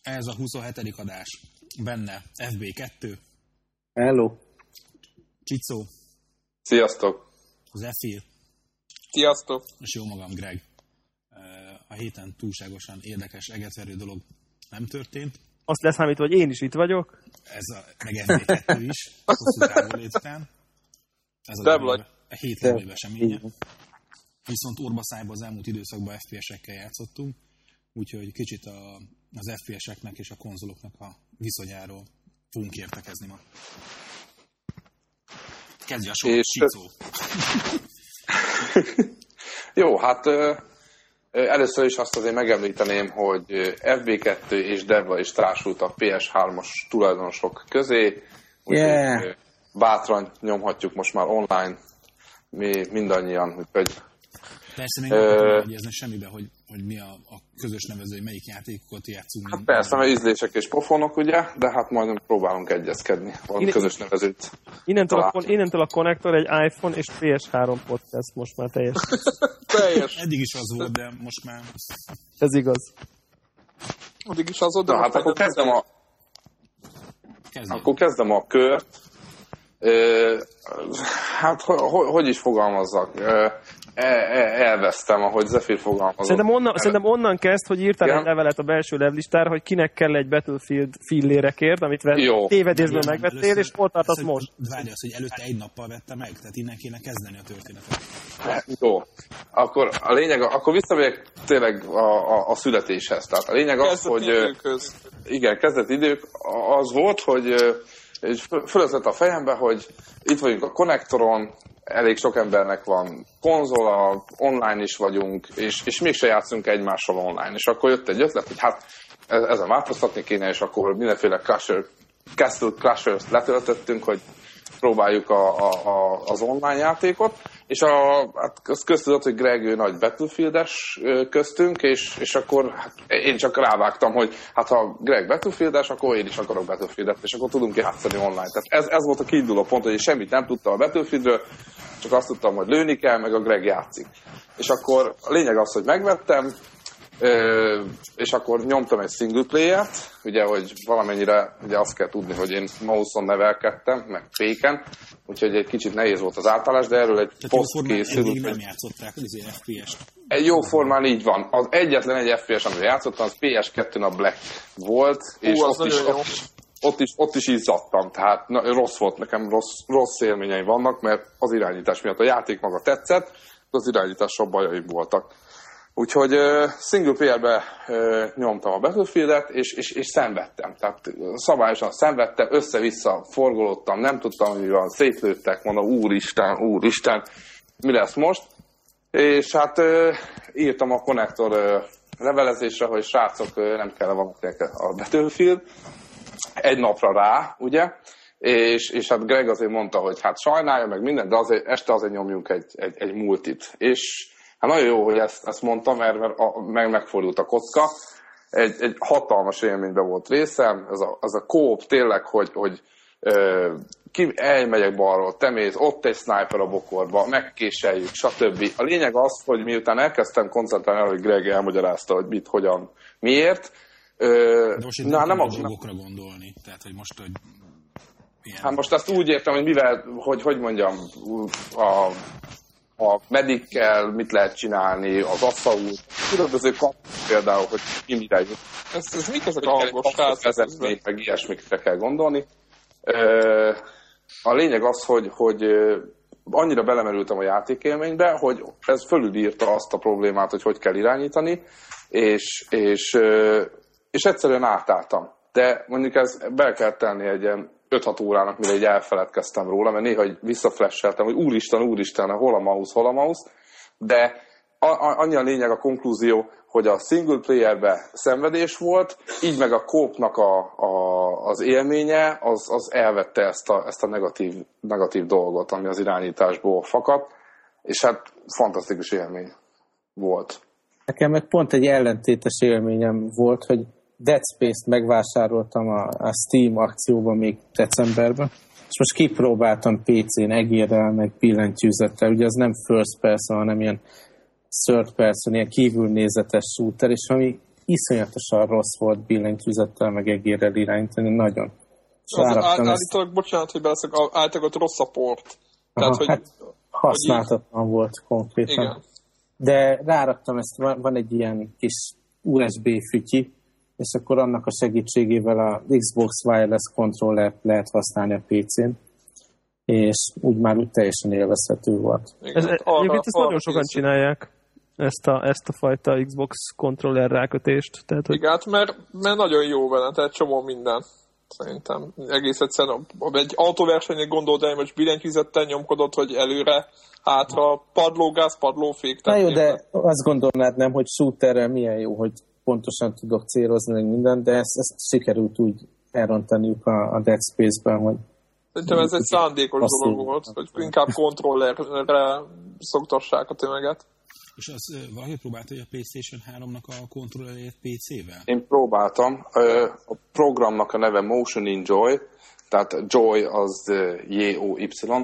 Ez a 27. adás. Benne FB2. Hello. Csicó. Sziasztok. Zephyr. Sziasztok. És jó magam, Greg. A héten túlságosan érdekes, egetverő dolog nem történt. Azt leszámítva, hogy én is itt vagyok. Ez meg FB2 is. Hosszú távol után. Ez a 7 legnagyobb eseménye. Viszont orbaszájba az elmúlt időszakban FPS-ekkel játszottunk, úgyhogy kicsit az FPS-eknek és a konzoloknak a viszonyáról fogunk értekezni ma. Kezdje a sor, Csicó. Jó, hát először is azt azért megemlíteném, hogy FB2 és Devla is társult a PS3-as tulajdonosok közé, úgyhogy bátran nyomhatjuk most már online mi mindannyian, úgyhogy persze még nem tudom megegyezni semmibe, hogy mi a közös nevező, hogy melyik játékokat játszunk. Hát persze, mert ízlések és pofonok, ugye, de hát majd próbálunk egyezkedni, valami közös nevezőt. Innentől a konnektor egy iPhone és PS3 podcast most már teljes. Eddig is az volt, de most már... Ez igaz. Addig is az oda. Na, hát akkor kezdem a kört. Hát, hogy is fogalmazzak? Elvesztem, ahogy Zephyr fogalmazott. Szerintem onnan kezd, hogy írtál egy levelet a belső levlistára, hogy kinek kell egy Battlefield fillérekért, amit tévedésből megvettél, és hol tartasz most? Várj azt, hogy előtte egy nappal vette meg, tehát innen kéne kezdeni a történetet. Jó. Akkor a lényeg, akkor visszamegyek tényleg a születéshez. Tehát a lényeg az, hogy... Igen, kezdeti idők. Az volt, hogy fölöszött a fejembe, hogy itt vagyunk a konnektoron, elég sok embernek van konzola, online is vagyunk, és mégse játszunk egymással online. És akkor jött egy ötlet, hogy hát ezen változtatni kéne, és akkor mindenféle Castle Crushers letöltöttünk, hogy próbáljuk az online játékot, és hát az köztudott, hogy Greg ő nagy Battlefieldes köztünk, és akkor hát én csak rávágtam, hogy hát ha Greg Battlefieldes, akkor én is akarok Battlefieldet, és akkor tudunk játszani online. Tehát ez volt a kiinduló pont, hogy én semmit nem tudtam a Battlefieldről, csak azt tudtam, hogy lőni kell, meg a Greg játszik. És akkor a lényeg az, hogy megvettem, és akkor nyomtam egy single player-t, ugye, hogy valamennyire ugye azt kell tudni, hogy én mouse-on nevelkedtem, meg féken, úgyhogy egy kicsit nehéz volt az átállás, de erről egy poszt készült. Tehát nem játszották az FPS-t? Egy jó formán így van. Az egyetlen egy FPS, amivel játszottam, az PS2-n a Black volt, és ott is izzadtam, tehát rossz volt, nekem rossz élményeim vannak, mert az irányítás miatt a játék maga tetszett, az irányítással bajaim voltak. Úgyhogy single player-be nyomtam a Battlefieldet, és szenvedtem. Tehát szabályosan szenvedtem, össze-vissza forgolódtam, nem tudtam, hogy van, szétlőttek, mondom, úristen, mi lesz most? És hát írtam a konnektor levelezésre, hogy srácok, nem kell valakinek a Battlefield, egy napra rá, ugye? És hát Greg azért mondta, hogy hát sajnálja meg minden, de azért, este azért nyomjunk egy multit. És hát nagyon jó, hogy ezt mondtam, mert megfordult a kocka. Egy hatalmas élményben volt részem. Ez a co-op tényleg, hogy elmegyek balról, te mész, ott egy sniper a bokorba, megkéseljük, stb. A lényeg az, hogy miután elkezdtem koncentrálni, hogy Greg elmagyarázta, hogy mit, hogyan, miért. De most itt nem dolgokra gondolni. Tehát, hogy most, hogy... Hát most ezt úgy értem, hogy mivel, hogy mondjam, a medikkel mit lehet csinálni, az asszaú, különböző például, hogy ki mire jut. Ez mik ezek a hangos vezetni, meg ilyesmikre kell gondolni. A lényeg az, hogy annyira belemerültem a játékélménybe, hogy ez fölülírta azt a problémát, hogy kell irányítani, és egyszerűen átálltam. De mondjuk ez be kell tenni egy ilyen 5-6 órának, mire így elfeledkeztem róla, mert néha visszaflasheltem, hogy úristen, hol a mouse, de annyi a lényeg, a konklúzió, hogy a single playerbe szenvedés volt, így meg a co-opnak az élménye, az elvette ezt a negatív dolgot, ami az irányításból fakadt, és hát fantasztikus élmény volt. Nekem meg pont egy ellentétes élményem volt, hogy Dead Space-t megvásároltam a Steam akcióban még decemberben, és most kipróbáltam PC-n egérrel, meg billentyűzettel, ugye az nem first person, hanem ilyen third person, ilyen kívülnézetes shooter, és ami iszonyatosan rossz volt billentyűzettel, meg egérrel irányítani, nagyon. Állítólag, bocsánat, hogy beleszek, állítólag rossz a port. Tehát, hogy használhatatlan volt konkrétan. Igen. De ráraktam ezt, van egy ilyen kis USB fütyi, és akkor annak a segítségével a Xbox Wireless Controller lehet használni a PC-n, és úgy már úgy teljesen élvezhető volt. Egyébként ezt nagyon sokan csinálják, ezt a fajta Xbox controller rákötést. Tehát, hogy... Igen, mert nagyon jó vele, tehát csomó minden. Szerintem egész egyszerűen egy autóversenyen gondold el, most billentyűzettel nyomkodod, hogy előre, hátra, padlógáz, padlófék. Na jó, de azt gondolnád nem, hogy shooterrel milyen jó, hogy pontosan tudok célozni minden, de ezt sikerült úgy elrontaniuk a Dead Space-ben, hogy... Szerintem ez egy szándékos dolog volt, hogy inkább kontrollerre szoktassák a tömeget. És az valaki próbálta, hogy a PlayStation 3-nak a kontrollerét PC-vel? Én próbáltam. A programnak a neve Motion Enjoy, tehát Joy az J-O-Y,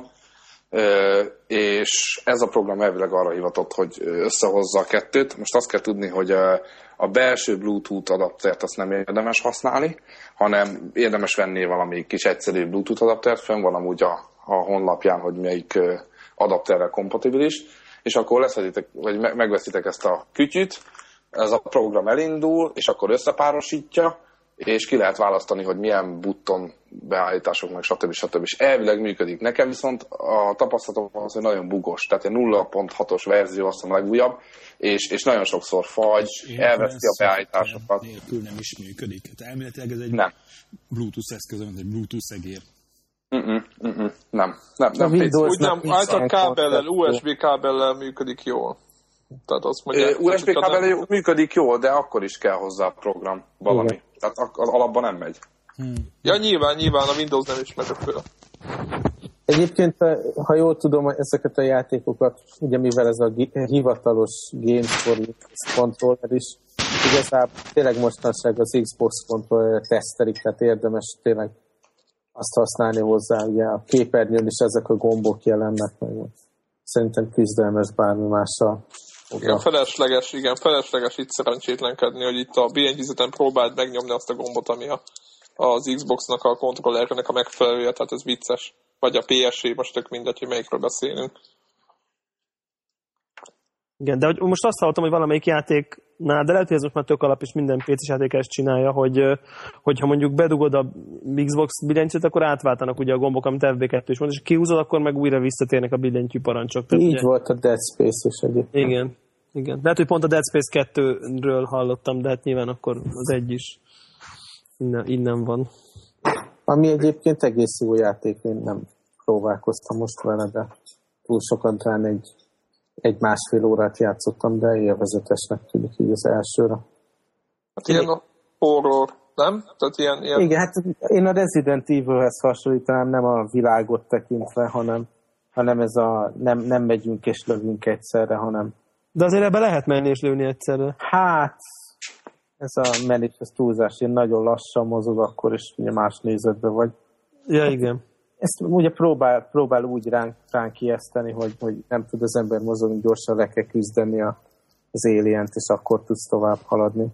és ez a program elvileg arra hivatott, hogy összehozza a kettőt. Most azt kell tudni, hogy a belső Bluetooth adaptert azt nem érdemes használni, hanem érdemes venni valami kis egyszerű Bluetooth adaptert, fönn van amúgy a honlapján, hogy melyik adapterrel kompatibilis, és akkor leszeditek, vagy megveszitek ezt a kütyüt, ez a program elindul, és akkor összepárosítja, és ki lehet választani, hogy milyen button beállítások, meg stb. És elvileg működik. Nekem viszont a tapasztalatom az, hogy nagyon bugos, tehát egy 0.6-os verzió azt a legújabb, és nagyon sokszor fagy, elveszi a beállításokat. Nélkül nem is működik. Hát elméletileg ez egy Bluetooth eszköz, ez egy Bluetooth egér. Nem. Úgy nem, általában kábellel, USB kábellel működik jól. Tehát azt mondják, USB kábellel működik jól, de akkor is kell hozzá a program valami. Igen. Tehát az alapban nem megy. Ja, nyilván a Windows nem ismeri föl. Egyébként, ha jól tudom, ezeket a játékokat, ugye mivel ez a hivatalos Games for controller is, igazából tényleg mostanság az Xbox controller tesztelik, tehát érdemes tényleg azt használni hozzá, ugye a képernyőn is ezek a gombok jelennek meg. Szerintem küzdelmes bármi mással. Igen, felesleges itt szerencsétlenkedni, hogy itt a billentyűzeten próbáld megnyomni azt a gombot, ami az Xboxnak a kontrollernek a megfelelője, tehát ez vicces. Vagy a PS-é, most tök mindegy, hogy melyikről beszélünk. Igen, de most azt hallottam, hogy valamelyik játéknál, de lehet, hogy ez most már tök alap, és minden PC-s játék ezt csinálja, hogy ha mondjuk bedugod a Xbox billentyűt, akkor átváltanak ugye a gombok, amit FB2 is mond, és kihúzod, akkor meg újra visszatérnek a billentyű parancsok. Tehát, így ugye... volt a Dead Space is egyébként. Igen. Lehet, hogy pont a Dead Space 2-ről hallottam, de hát nyilván akkor az egy is innen van. Ami egyébként egész jó játék, én nem próbálkoztam most vele, de túl sokan talán egy másfél órát játszottam, de élvezetesnek tűnik így az elsőre. Hát ilyen a horror, nem? Tehát ilyen... Igen, hát én a Resident Evilhez hasonlítanám, nem a világot tekintve, hanem ez a nem megyünk és lövünk egyszerre, hanem... De azért ebbe lehet menni és lőni egyszerre. Hát, ez a menés, ez túlzás, én nagyon lassan mozog, akkor is ugye más nézetben vagy. Ja, igen. Ezt ugye próbál úgy ránk ijeszteni, hogy nem tud az ember mozogni, gyorsan le kell küzdeni az alient, és akkor tudsz tovább haladni.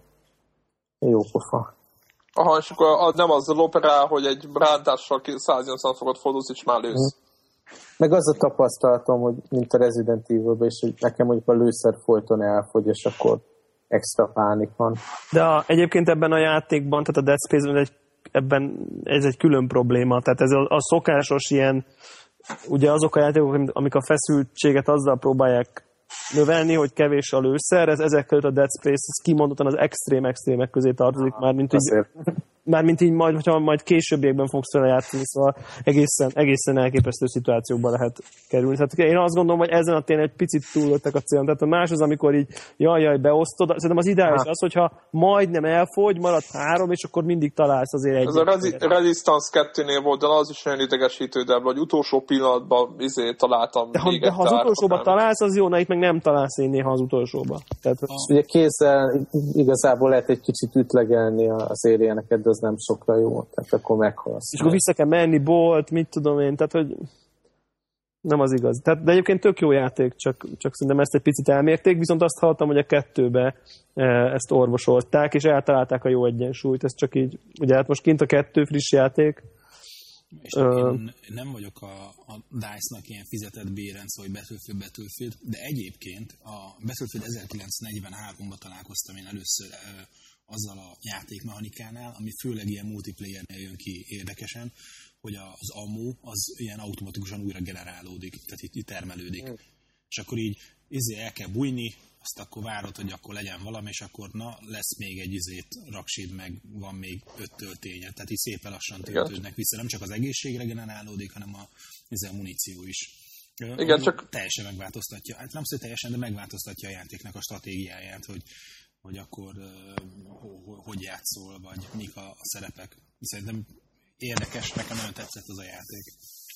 Jó pofa. Aha, és akkor nem az operál, hogy egy rántással 180 fokot fordulsz, és már lősz. Meg az a tapasztalatom, hogy mint a Resident Evil-ben is, hogy nekem mondjuk a lőszer folyton elfogy, és akkor extra pánik van. De egyébként ebben a játékban, tehát a Dead Space-ben ez egy külön probléma. Tehát ez a szokásos ilyen, ugye azok a játékok, amik a feszültséget azzal próbálják növelni, hogy kevés a lőszer, ezek között a Dead Space ez kimondottan az extrémek közé tartozik, mármint így majd, hogyha majd későbbiekben fogsz vele játszani, szóval egészen elképesztő szituációkba lehet kerülni. Tehát én azt gondolom, hogy ezen a téren egy picit túllöttek a célon. Tehát a más az, amikor így jaj, beosztod. Szerintem az ideális az, hogyha majdnem elfogy, marad 3, és akkor mindig találsz azért egy. Ez a Resistance 2-nél volt, de az is olyan idegesítő, de vagy utolsó pillanatban találtam. De ha az utolsóban találsz, az jó, na itt meg nem találsz én néha az utolsóban. Tehát, ugye kézzel igazából lehet egy kicsit ütlegelni az alieneket, de az nem sokra jó, tehát akkor meghalsz. És akkor vissza kell menni, bolt, mit tudom én, tehát hogy... Nem az igaz. Tehát, de egyébként tök jó játék, csak szerintem ezt egy picit elmérték, viszont azt hallottam, hogy a 2-be ezt orvosolták, és eltalálták a jó egyensúlyt. Ez csak így, ugye hát most kint a 2 friss játék. És én nem vagyok a DICE-nak ilyen fizetett bérenc, hogy Battlefield, de egyébként a Battlefield 1943-ban találkoztam én először azzal a játékmechanikánál, ami főleg ilyen multiplayernél jön ki érdekesen, hogy az ammo az ilyen automatikusan újra generálódik, tehát itt termelődik. És akkor így el kell bújni, azt akkor várod, hogy akkor legyen valami, és akkor lesz még egy raksid, meg van még 5 tölténye. Tehát így szépen lassan töltődnek vissza. Nem csak az egészségre generálódik, hanem a muníció is. Igen, csak teljesen megváltoztatja, hát nem teljesen, de megváltoztatja a játéknak a stratégiáját, hogy akkor hogy játszol, vagy mik a szerepek. Szerintem érdekes, nekem nagyon tetszett az a játék.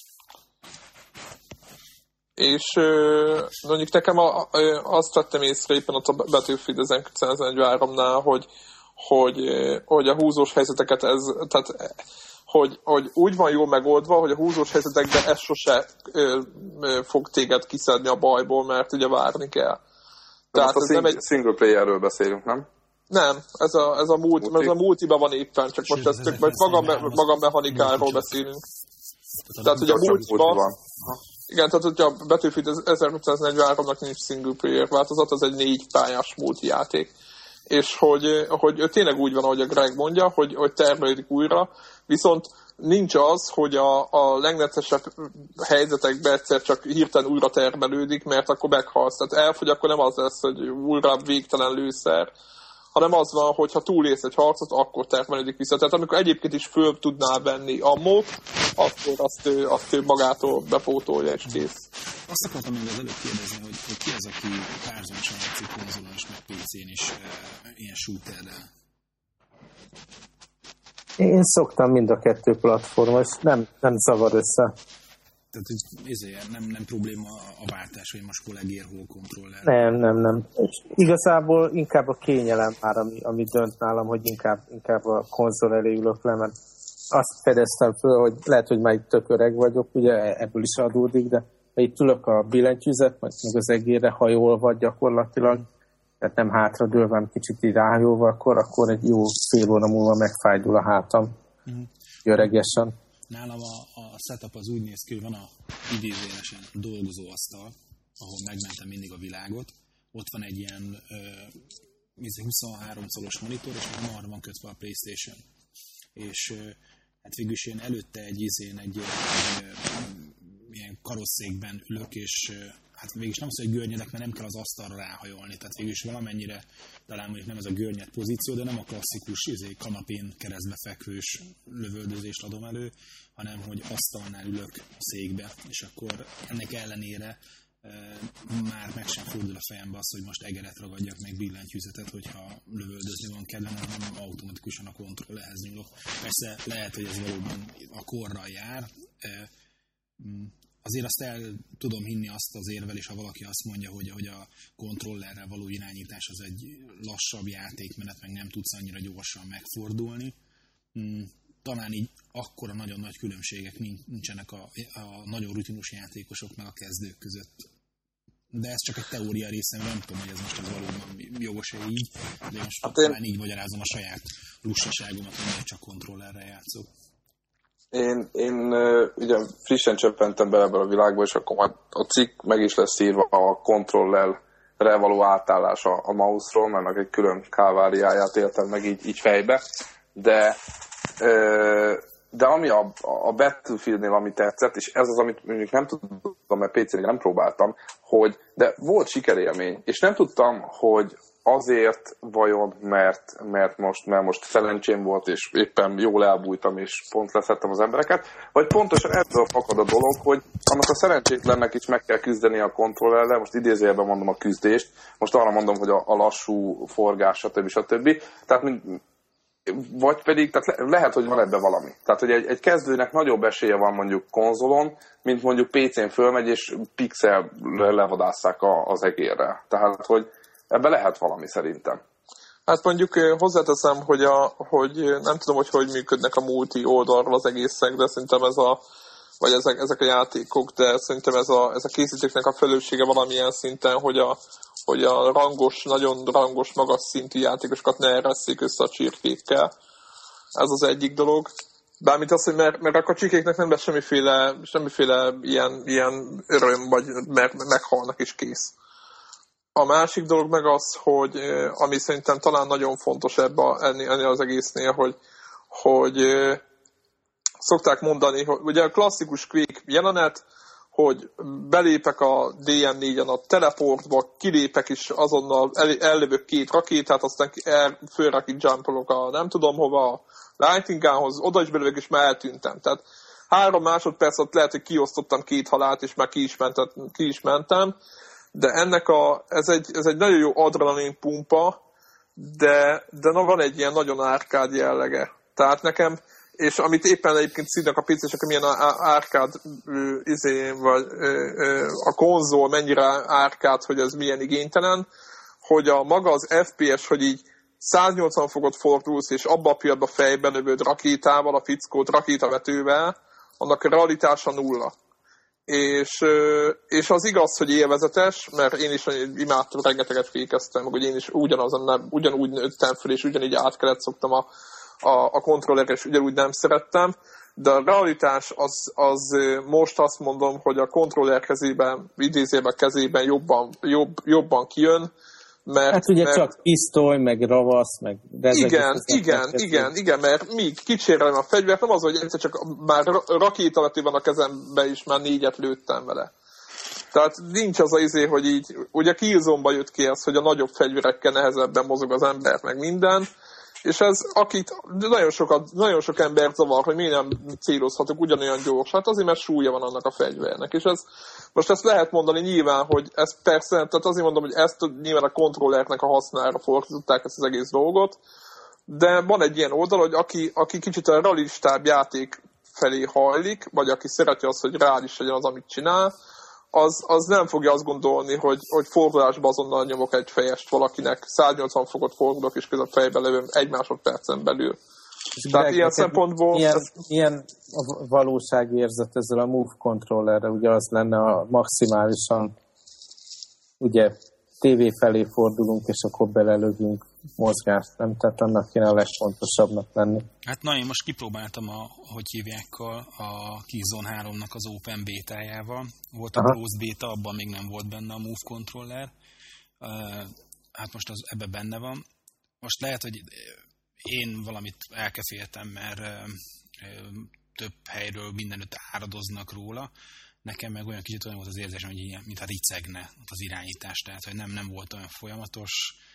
És mondjuk nekem azt vettem észre éppen ott a Battlefield 1943-nál, hogy a húzós helyzeteket tehát hogy úgy van jól megoldva, hogy a húzós helyzetekben ez sose fog téged kiszedni a bajból, mert ugye várni kell. Tehát ez nem egy single playerről beszélünk, nem? Nem, ez a multiban van éppen, csak most ezt csak maga mechanikáról beszélünk. Tehát, hogy a multiban... Igen, tehát hogy a Battlefield 1943-nak nincs single player változat, az egy 4 pályás multijáték. És hogy tényleg úgy van, ahogy a Greg mondja, hogy termelődik újra, viszont nincs az, hogy a legneccesebb helyzetekben egyszer csak hirtelen újra termelődik, mert akkor meghalsz. Tehát elfogy, akkor nem az lesz, hogy újra végtelen lőszer, hanem az van, hogy ha túlélsz egy harcot, akkor termelődik vissza. Tehát amikor egyébként is föl tudnál venni ammót, akkor azt ő magától bepótolja és kész. Azt akartam még az előbb kérdezni, hogy ki az, aki párhuzamosan játszik konzolon és meg PC-n is ilyen shooterrel? Én szoktam mind a 2 platformon, és nem zavar össze. Tehát nem probléma a váltás, hogy most hol egér, hol kontroller? Nem. És igazából inkább a kényelem már, ami dönt nálam, hogy inkább a konzol elé ülök le, mert azt fedeztem föl, hogy lehet, hogy már itt tök öreg vagyok, ugye ebből is adódik, de ha itt ülök a billentyűzet, meg az egérre hajolva gyakorlatilag, tehát nem hátradőlve, hanem kicsit így rájolva, akkor egy jó fél óra múlva megfájdul a hátam. Öregesen. Nálam a setup az úgy néz ki, hogy van a idézőjelesen dolgozóasztal, ahol megmentem mindig a világot. Ott van egy ilyen 23 szoros monitor, és arra van kötve a PlayStation. És hát végülis én előtte egy ilyen karosszékben ülök, és hát végülis nem az, hogy görnyedek, mert nem kell az asztalra ráhajolni. Tehát végülis valamennyire, talán mondjuk nem ez a görnyed pozíció, de nem a klasszikus kanapén keresztbe fekvős lövöldözést adom elő, hanem hogy asztalnál ülök székbe, és akkor ennek ellenére már meg sem fordul a fejembe az, hogy most egeret ragadjak meg billentyűzetet, hogyha lövöldözni van kedvem, hanem automatikusan a kontrollerhez nyúlok. Persze lehet, hogy ez valóban a korral jár. Azért azt el tudom hinni azt az érvelés, ha valaki azt mondja, hogy a kontrollerrel való irányítás az egy lassabb játékmenet, meg nem tudsz annyira gyorsan megfordulni. Talán így akkora nagyon nagy különbségek nincsenek a nagyon rutinos játékosok meg a kezdők között. De ez csak egy teória részem, nem tudom, hogy ez most az valóban jogos-e így, de most talán így magyarázom a saját lustaságomat, hogy csak kontrollerrel játszok. Én ugye frissen csöppentem bele ebbe a világba, és akkor a cikk meg is lesz írva a kontrollerre való átállás a mouse-ról, mert egy külön káváriáját éltem meg így fejbe, de ami a Battlefieldnél ami tetszett, és ez az, amit mondjuk nem tudtam, mert PC-nél nem próbáltam, de volt sikerélmény, és nem tudtam, hogy azért vajon, mert most szerencsém volt, és éppen jól elbújtam, és pont leszettem az embereket, vagy pontosan ebből fakad a dolog, hogy annak a szerencsétlennek is meg kell küzdeni a kontrollerrel, most idézőjelben mondom a küzdést, most arra mondom, hogy a lassú forgás, stb. Tehát vagy pedig, tehát lehet, hogy van ebben valami. Tehát, hogy egy kezdőnek nagyobb esélye van mondjuk konzolon, mint mondjuk PC-n fölmegy, és pixel levadásszák az egérrel. Tehát, hogy ebben lehet valami szerintem. Hát mondjuk hozzáteszem, hogy nem tudom, hogy működnek a multi oldalról az egészek, de szerintem ez vagy ezek a játékok, de szerintem ez a készítőknek a felelőssége valamilyen szinten, hogy a rangos, nagyon rangos, magas szintű játékosokat ne eresszék össze a csirkékkel. Ez az egyik dolog. Bármint az, hogy mert akkor a csirkéknek nem lesz semmiféle ilyen öröm, vagy mert meghalnak is kész. A másik dolog meg az, hogy ami szerintem talán nagyon fontos ennél az egésznél, hogy szokták mondani, hogy ugye a klasszikus Quake jelenet, hogy belépek a DM4-en a teleportba, kilépek is azonnal, ellövök 2 rakétát, aztán fölrakik jumpolok a nem tudom hova, a Lightning Gunhoz, oda is belövök, és már eltűntem. Tehát 3 másodperc alatt lehet, hogy kiosztottam 2 halált, és már ki is mentem. De ez egy nagyon jó adrenalin pumpa, de van egy ilyen nagyon árkád jellege. Tehát nekem, és amit éppen egyébként szívnak a PC-sek, milyen árkád vagy a konzol mennyire árkád, hogy ez milyen igénytelen, hogy a maga az FPS, hogy így 180 fokot fordulsz, és abba a pillanatban fejbe lövöd rakétával, a fickót rakétavetővel, annak a realitása 0. És az igaz, hogy élvezetes, mert én is imádtam, rengeteget fékeztem, hogy én is ugyanúgy nőttem föl, és ugyanígy át kellett szoktam a kontrollerre, és ugyanúgy nem szerettem, de a realitás az most azt mondom, hogy a kontroller kezében, idézőben kezében jobban kijön, mert... Hát ugye csak pisztoly, meg ravasz, meg... Igen, mert míg kicsérelem a fegyvert, nem az, hogy egyszer csak már rakétavető van a kezemben, és már 4-et lőttem vele. Tehát nincs az hogy így, ugye Killzone-ba jött ki ez, hogy a nagyobb fegyverekkel nehezebben mozog az ember, meg minden, és ez, akit nagyon sok embert zavar, hogy miért nem célozhatok ugyanolyan gyors, hát azért, mert súlya van annak a fegyvernek, és most ezt lehet mondani nyilván, hogy ez persze, tehát azért mondom, hogy ezt nyilván a kontrollernek a hasznára fordították ezt az egész dolgot, de van egy ilyen oldal, hogy aki kicsit a realistább játék felé hajlik, vagy aki szereti azt, hogy reális legyen az, amit csinál, az nem fogja azt gondolni, hogy fordulásban azonnal nyomok egy fejest valakinek, 180 fokot fordulok, és közben fejbe lövöm 1 másodpercen belül. Tehát ilyen szempontból... Ilyen a valóságérzet ezzel a Move controllerre, ugye az lenne a maximálisan, ugye tévé felé fordulunk, és akkor belelövünk mozgást, nem? Tehát annak kéne a legfontosabbnak lenni. Hát na, én most kipróbáltam hogy hívják a Killzone 3-nak az Open Beta-jával. Volt a Closed Beta, abban még nem volt benne a Move Controller. Hát most az ebbe benne van. Most lehet, hogy én valamit elkeféltem, mert több helyről mindenütt áradoznak róla. Nekem meg olyan kicsit olyan volt az érzésem, hogy mintha ricegne az irányítás, tehát hogy nem volt olyan folyamatos.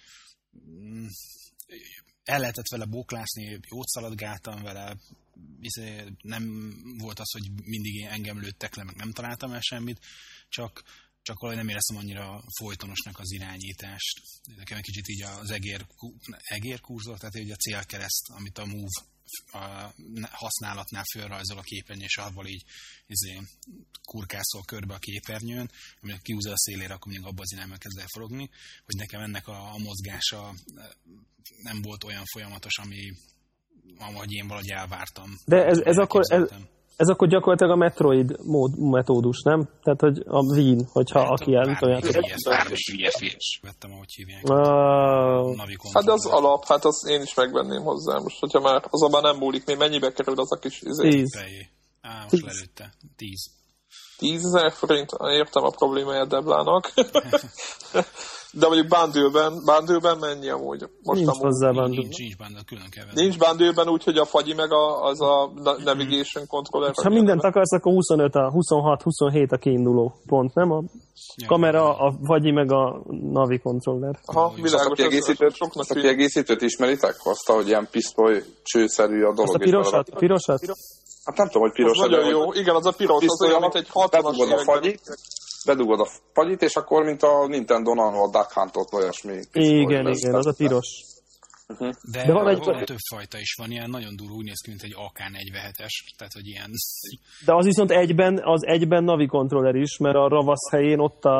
El lehetett vele bóklászni, jót szaladgáltam vele, nem volt az, hogy mindig engem lőttek le, meg nem találtam el semmit, csak valahogy nem éreztem annyira folytonosnak az irányítást. Nekem egy kicsit így az egérkurzor, tehát így a célkereszt, amit a Move használatnál fölrajzol a képernyőn, és avval így kurkászol körbe a képernyőn, amikor kiúzza a szélére, akkor mindig abban az irányban kezd el forogni, hogy nekem ennek a mozgása nem volt olyan folyamatos, ahogy én valahogy elvártam. De ez akkor gyakorlatilag a Metroid metódus, nem? Tehát, hogy a Wien, hogyha aki el vettem, ahogy hívják. Hát az alap, hát azt én is megvenném hozzá. Most, hogyha már azon már nem múlik, még mennyibe kerül az a kis 10. Most lelőtte. 10. 10 000 forint, értem a problémáját Deblának. De mondjuk bundle-ben mennyi amúgy? Most nincs hozzá bundle. Nincs bundle, külön kell venni. Nincs bundle-ben úgy, hogy a fagyi meg az a navigation controller. Ha mindent akarsz, akkor 25, 26, 27 a kiinduló pont, nem? A kamera, a fagyi meg a navi controller. Aha, világos. A kiegészítőt ismeritek? Azt, hogy ilyen pisztoly csőszerű a dolog. Azt a pirosat? Hát nem tudom, hogy piros. Az nagyon jó. Igen, az a piros, az olyan, mint egy 60-as években. Bedugod a fagyit, és akkor, mint a Nintendo-n, a Duck Hunt-ot, vagy olyasmi. Igen, az a piros. De van több fajta is van, ilyen nagyon duró, úgy néz ki, mint egy AK-47-es, tehát, hogy ilyen... De az viszont egyben navi controller is, mert a ravasz helyén ott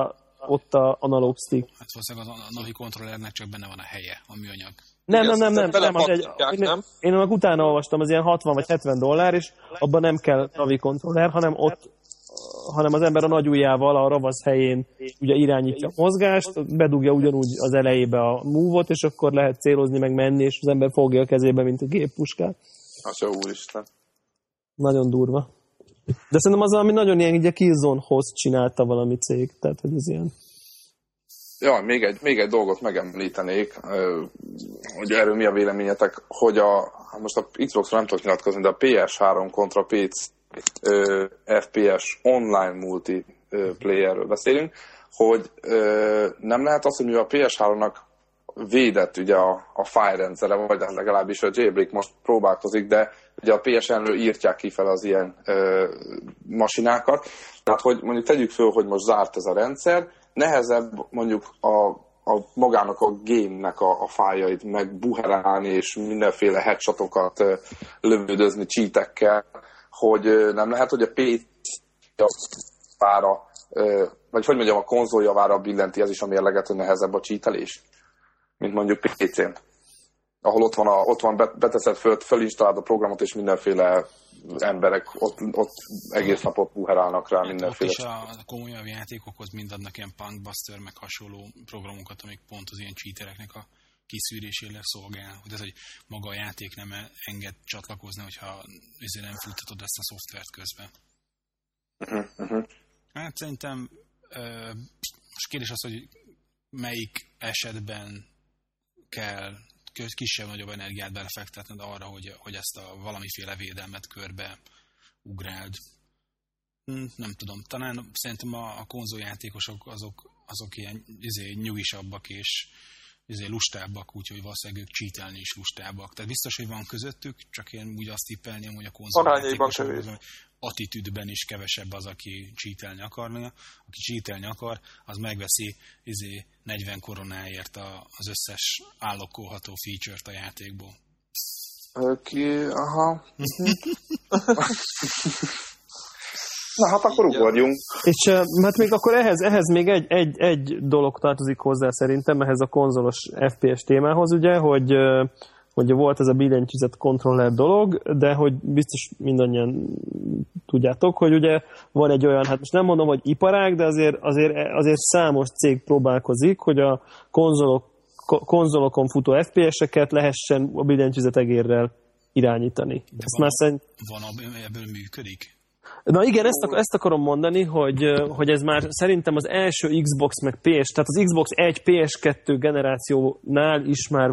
ott a analóg stick. Hát valószínűleg a Navi kontrollernek csak benne van a helye, a műanyag. Nem. Én annak utána olvastam, az ilyen 60 vagy 70 dollár, és abban nem kell Navi kontroller, hanem az ember a nagy ujjával a ravasz helyén ugye irányítja a mozgást, bedugja ugyanúgy az elejébe a move-ot, és akkor lehet célozni, meg menni, és az ember fogja a kezébe, mint a géppuskát. Atya úristen. Nagyon durva. De szerintem az, ami nagyon ilyen, így a Killzone-hoz csinálta valami cég, tehát hogy ez ilyen. Ja, még egy dolgot megemlítenék, hogy erről mi a véleményetek, hogy most a Xbox-ra nem tudok nyilatkozni, de a PS3 kontra PC FPS online multiplayerről beszélünk, hogy nem lehet az, hogy mivel a PS3-nak védett ugye a file rendszere, vagy legalábbis a Jailbreak most próbálkozik, de ugye a PSN-ről írtják ki fel az ilyen masinákat. Tehát, hogy mondjuk tegyük föl, hogy most zárt ez a rendszer, nehezebb mondjuk a magának a game-nek a fájait megbuherálni, és mindenféle headshotokat lövődözni cheatekkel, hogy nem lehet, hogy a PC javára, vagy hogy mondjam, a konzol javára billenti ez is a mérleget, hogy nehezebb a cheatelés, mint mondjuk PC-n. Ahol ott van beteszed fölinstalálod a programot, és mindenféle emberek ott egész napot buherálnak rá mindenféle. Ott is a komolyabb játékokhoz mind adnak ilyen Punkbuster, meg hasonló programokat, amik pont az ilyen cheatereknek a kiszűrésére szolgál. Hogy ez, hogy maga a játék nem enged csatlakozni, hogyha ezért nem futtatod ezt a szoftvert közben. Hát szerintem most kérdés az, hogy melyik esetben kell kisebb-nagyobb energiát belefektetned arra, hogy ezt a valamiféle védelmet körbe ugráld. Nem tudom, talán szerintem a konzoljátékosok azok ilyen nyugisabbak és lustábbak, úgyhogy valószínűleg ők cheatelni is lustábbak. Tehát biztos, hogy van közöttük, csak én úgy azt tippelném, hogy a konzoljátékosok attitűdben is kevesebb az, aki cheatelni akarna. Aki cheatelni akar, az megveszi 40 koronáért az összes állokkolható feature-t a játékból. Aha. Na hát akkor ugorjunk. És hát még akkor ehhez még egy dolog tartozik hozzá szerintem, ehhez a konzolos FPS témához, ugye, hogy volt ez a billentyűzet kontroller dolog, de hogy biztos mindannyian tudjátok, hogy ugye van egy olyan, hát most nem mondom, hogy iparág, de azért számos cég próbálkozik, hogy a konzolokon futó FPS-eket lehessen a billentyűzet egérrel irányítani. De van ebből működik? Na igen, ezt akarom mondani, hogy ez már szerintem az első Xbox meg PS, tehát az Xbox 1 PS2 generációnál is már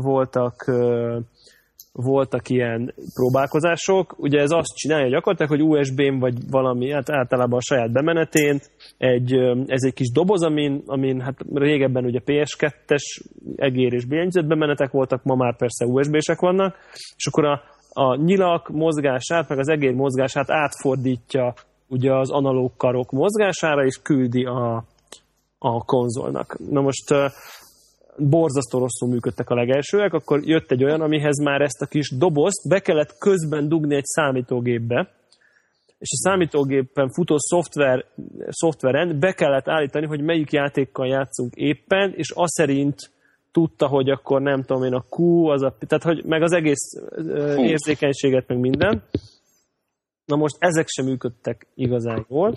voltak ilyen próbálkozások. Ugye ez azt csinálja gyakorlatilag, hogy USB-n vagy valami, hát általában a saját bemenetén ez egy kis doboz, amin hát régebben ugye PS2-es egér és billentyűzet bemenetek voltak, ma már persze USB-sek vannak, és akkor a nyilak mozgását, meg az egér mozgását átfordítja ugye az analóg karok mozgására, és küldi a konzolnak. Na most borzasztó rosszul működtek a legelsőek, akkor jött egy olyan, amihez már ezt a kis dobozt be kellett közben dugni egy számítógépbe, és a számítógépen futó szoftveren be kellett állítani, hogy melyik játékkal játszunk éppen, és az szerint tudta, hogy akkor nem tudom én a Q, tehát hogy meg az egész érzékenységet, meg minden. Na most ezek sem működtek igazán jól,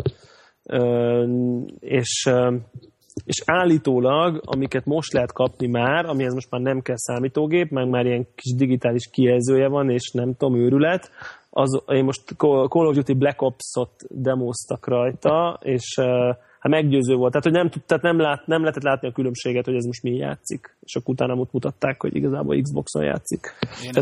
és állítólag, amiket most lehet kapni már, amihez most már nem kell számítógép, meg már ilyen kis digitális kijelzője van, és nem tudom, őrület, én most Call of Duty Black Ops-ot demoztak rajta, és hát meggyőző volt. Tehát nem lehetett látni a különbséget, hogy ez most mi játszik. És akkor utána mutatták, hogy igazából Xboxon játszik.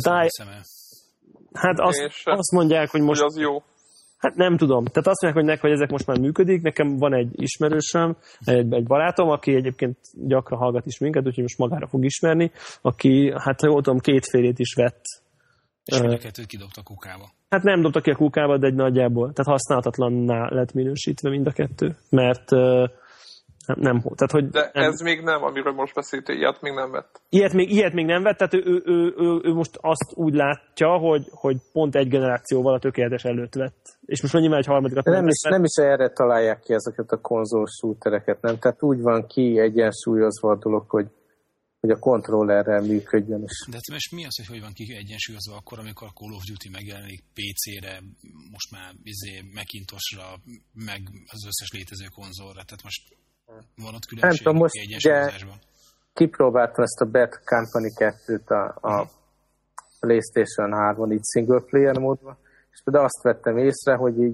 Hát azt mondják, hogy most... Hogy az jó. Hát nem tudom. Tehát azt mondják, hogy ezek most már működik. Nekem van egy ismerősöm, egy barátom, aki egyébként gyakran hallgat is minket, úgyhogy most magára fog ismerni, aki, hát jól tudom, 2 félét is vett. És mind a kettőt kidobta a kukába. Hát nem dobta ki a kukába, de egy nagyjából. Tehát használhatatlanná lett minősítve mind a kettő. Mert Nem. Tehát, hogy de nem. Ez még nem, amiről most beszéltél, ilyet még nem vett. Ilyet még nem vett, tehát ő most azt úgy látja, hogy pont egy generációval a tökéletes előtt vett. És most nyilván egy harmadikat nem is erre találják ki ezeket a konzol shootereket, nem? Tehát úgy van ki egyensúlyozva a dolog, hogy a kontrollerrel működjön is. De most mi az, hogy van ki egyensúlyozva akkor, amikor a Call of Duty megjelenik PC-re, most már Macintosra, meg az összes létező konzolra, tehát most van ott különbség egyensúlyozásban? Kipróbáltam ezt a Bad Company 2-t a PlayStation 3-on így single player módban, és például azt vettem észre, hogy így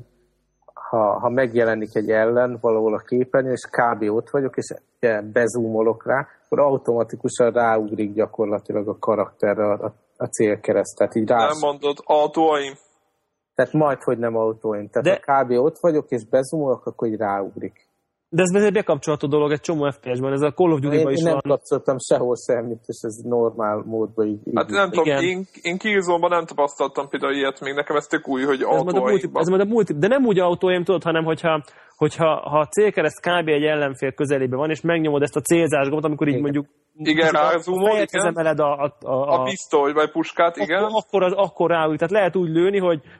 ha megjelenik egy ellen valahol a képernyőn, és kb. Ott vagyok, és bezoomolok rá, akkor automatikusan ráugrik gyakorlatilag a karakterre a célkereszt. Tehát így nem mondod, auto-aim? Tehát majdhogy nem auto-aim. Tehát ha kb. Ott vagyok, és bezoomolok, akkor így ráugrik. De ez bekapcsolható dolog egy csomó FPS-ben, ez a Call of Duty-ban is van. Én nem kapcsoltam sehol semmit, és ez normál módban így. Hát nem tudom, én Killzone-ban nem tapasztaltam például ilyet, még nekem ez tök új, hogy auto-aim-ban. Ez majd a multi, de nem úgy auto-aim, tudod, hanem hogyha a célkereszt kb. Egy ellenfél közelében van, és megnyomod ezt a célzás gombot, amikor így mondjuk igen, rázoomol, igen. Emeled a pisztoly vagy puskát, igen. Akkor ráugrik. Tehát lehet úgy lőni,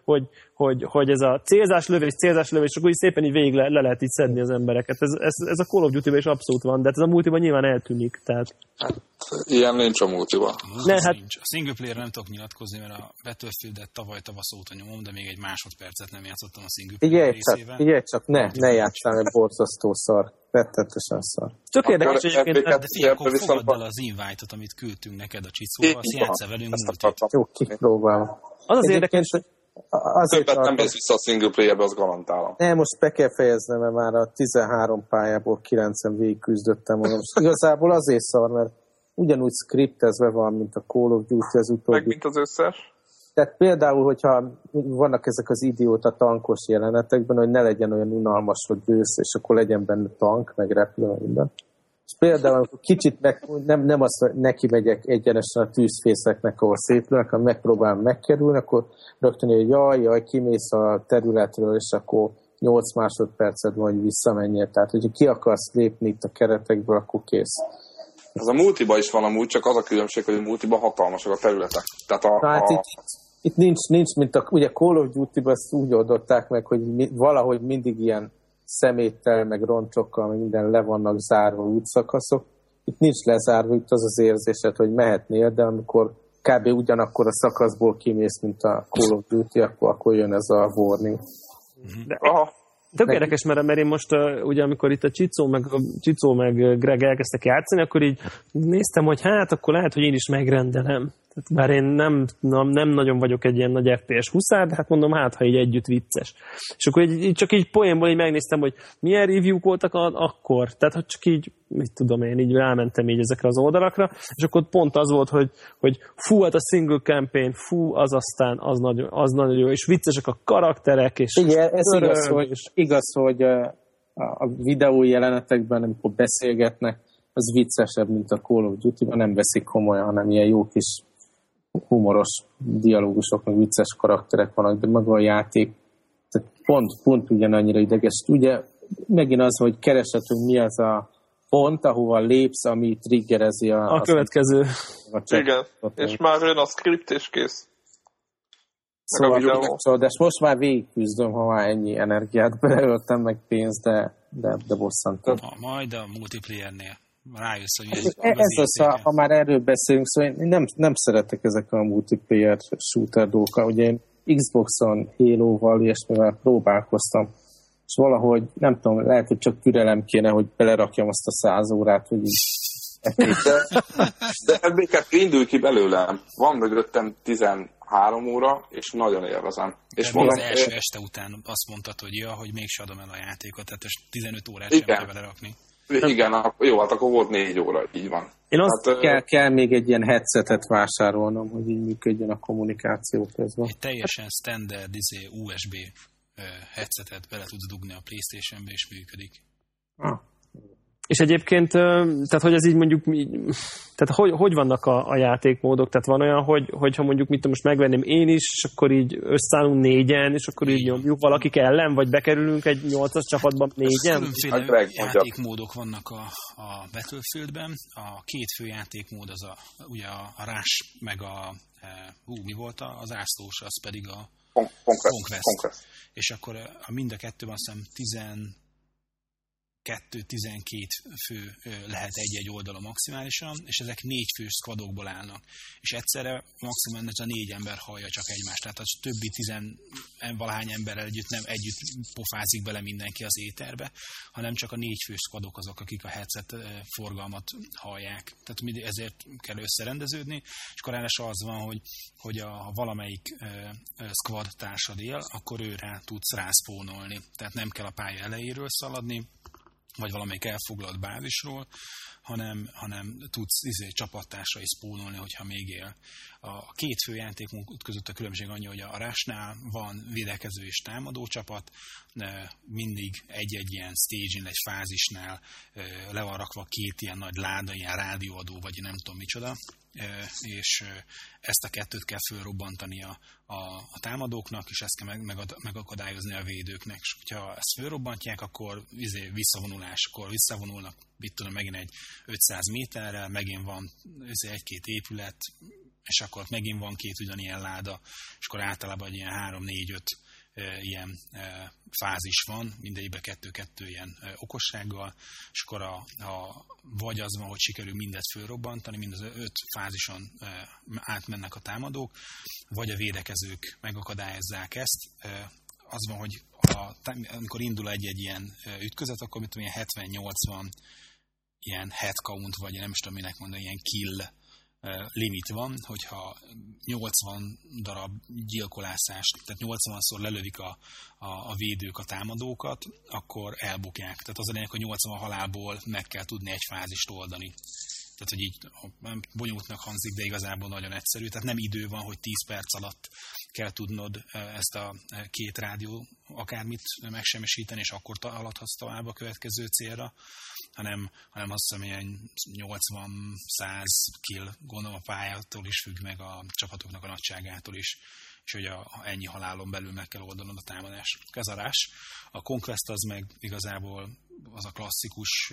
hogy ez a célzás lövés, és akkor így szépen így végig le lehet így szedni az embereket. Ez a Call of Duty-ban is abszolút van, de ez a multiban nyilván eltűnik. Tehát. Ilyen nincs a multiban. Nincs. A single player nem tudok nyilatkozni, mert a Battlefield-et tavaly tavasz óta nyomom, de még egy másodpercet nem játszottam a single player részével. Figyelj csak, ne játsszál, mert borzasztó szar. Rettetesen szar. Tök érdekes, hogy egyébként... De figyelj, akkor fogadd el az invite-ot, amit küldtünk neked a Csicóba, azt játsszál velünk multit. Jó, kipróbálom. Az érdekes, hogy többet nem mész vissza a single playerbe, azt garantálom. Most be kell fejeznem, mert már a 13 pályából 9-en végig küzdöttem magam. Igazából azért szar, mert ugyanúgy scriptezve van, mint a Call of Duty az utóbbi. Meg mint az összes. Tehát például, hogyha vannak ezek az idióta tankos jelenetekben, hogy ne legyen olyan unalmas, hogy bősz, és akkor legyen benne tank, meg repülő, minden. És például, amikor kicsit nem azt, hogy neki megyek egyenesen a tűzfészeknek, ahol szétlőnek, hanem megpróbálom megkerülni, akkor rögtön, hogy jaj, kimész a területről, és akkor 8 másodpercet van, hogy visszamenjél. Tehát, hogyha ki akarsz lépni itt a keretekből, akkor kész. Ez a multiba is van amúgy, csak az a különbség, hogy a multiba hatalmasak a területek. Tehát itt nincs, mint ugye Call of Duty-ban ezt úgy oldották meg, hogy valahogy mindig ilyen szeméttel, meg roncsokkal, meg minden le vannak zárva útszakaszok. Itt nincs lezárva, itt az az érzésed, hogy mehetnél, de amikor kb. Ugyanakkor a szakaszból kimész, mint a Call of Duty, akkor jön ez a warning. Tök érdekes, mert én most ugye amikor itt a Csicó meg Greg elkezdtek játszani, akkor így néztem, hogy hát akkor lehet, hogy én is megrendelem. Tehát bár én nem nagyon vagyok egy ilyen nagy FPS huszár, de hát mondom, hát ha így együtt vicces. És akkor csak így poénból így megnéztem, hogy milyen review-k voltak akkor. Tehát, hogy csak így, mit tudom én, így rámentem így ezekre az oldalakra, és akkor pont az volt, hogy fú, hát a single campaign, fú, az nagyon jó, és viccesek a karakterek, és... Igen, ez igaz, hogy a videó jelenetekben, amikor beszélgetnek, az viccesebb, mint a Call of Duty-ban, nem veszik komolyan, hanem ilyen jó kis humoros dialógusok, meg vicces karakterek vannak, de maga a játék tehát pont ugyanannyira ideges. Ugye megint az, hogy keresed, hogy mi az a pont, ahova lépsz, ami triggerezi a következő. Igen, és már jön a script, és kész. Szóval, de most már végigküzdöm, ha már ennyi energiát beleöltem, meg pénzt, de bosszantom. Majd a multiplayernél rájössz, hogy ez az, ha már erről beszélünk, szóval én nem szeretek ezek a multiplayer shooter dolgokat. Ugye én Xboxon, Halo-val és mivel próbálkoztam, és valahogy, nem tudom, lehet, hogy csak türelem kéne, hogy belerakjam azt a 100 órát, hogy így de ebből indulj ki belőlem. Van mögöttem 13 óra, és nagyon élvezem. És az első este után azt mondtad, hogy hogy mégse adom el a játékot, tehát 15 órát sem kell belerakni. Igen, jó, hát akkor volt 4 óra, így van. Én azt kell még egy ilyen headsetet vásárolnom, hogy így működjön a kommunikáció közben. Egy teljesen standard USB headsetet bele tudsz dugni a PlayStation-be, és működik. És egyébként, tehát hogy ez így mondjuk, tehát hogy vannak a játékmódok? Tehát van olyan, hogyha mondjuk mit most megvenném én is, és akkor így összeállunk 4-en, és akkor így nyomjuk valakik ellen, vagy bekerülünk egy 8-as csapatban 4-en? Különféle játékmódok vannak a Battlefieldben. A két fő játékmód az ugye a Rush, meg mi volt az ászlós, az pedig a Conquest. És akkor mind a kettőben azt hiszem 12 fő lehet egy-egy oldalon maximálisan, és ezek 4 fős squadokból állnak. És egyszerre maximum ez a 4 ember hallja csak egymást. Tehát az többi 10-valahány emberrel együtt nem együtt pofázik bele mindenki az éterbe, hanem csak a 4 fős squadok azok, akik a headset forgalmat hallják. Tehát ezért kell összerendeződni, és akkor ráadásul az van, hogy ha valamelyik squad társad él, akkor őre tudsz rászpónolni. Tehát nem kell a pálya elejéről szaladni, vagy valamelyik elfoglalt bázisról, hanem tudsz csapattársai spónolni, hogyha még él. A két fő játékmód között a különbség annyi, hogy a Rushnál van védekező és támadó csapat, mindig egy-egy ilyen stage-in, egy fázisnál le van rakva 2 ilyen nagy láda, ilyen rádióadó, vagy nem tudom micsoda, és ezt a kettőt kell fölrobbantani a támadóknak, és ezt kell megakadályozni a védőknek. És hogyha ezt fölrobbantják, akkor visszavonuláskor visszavonulnak, megint egy 500 méterrel, megint van 1-2 épület, és akkor megint van 2 ugyanilyen láda, és akkor általában egy ilyen 3-4-5 ilyen fázis van, mindegyikben 2-2 ilyen okossággal, és akkor vagy az van, hogy sikerül mindet fölrobbantani, mind az 5 fázison átmennek a támadók, vagy a védekezők megakadályozzák ezt. Az van, hogy amikor indul egy ilyen ütközet, akkor mit tudom, ilyen 70-80 ilyen head count, vagy nem is tudom minek mondani, ilyen kill limit van, hogyha 80 darab gyilkolászást, tehát 80-szor lelövik a védők a támadókat, akkor elbukják. Tehát az a lényeg, hogy 80 halálból meg kell tudni egy fázist oldani. Tehát, hogy így bonyolultnak hangzik, de igazából nagyon egyszerű. Tehát nem idő van, hogy 10 perc alatt kell tudnod ezt a 2 rádió akármit megsemmisíteni, és akkor haladhatsz tovább a következő célra, hanem azt hiszem, ilyen 80-100 kill, gondolom a pályától is függ, meg a csapatoknak a nagyságától is, és hogy ennyi halálon belül meg kell oldanod a támadást. Ez a Rush. A Conquest az meg igazából az a klasszikus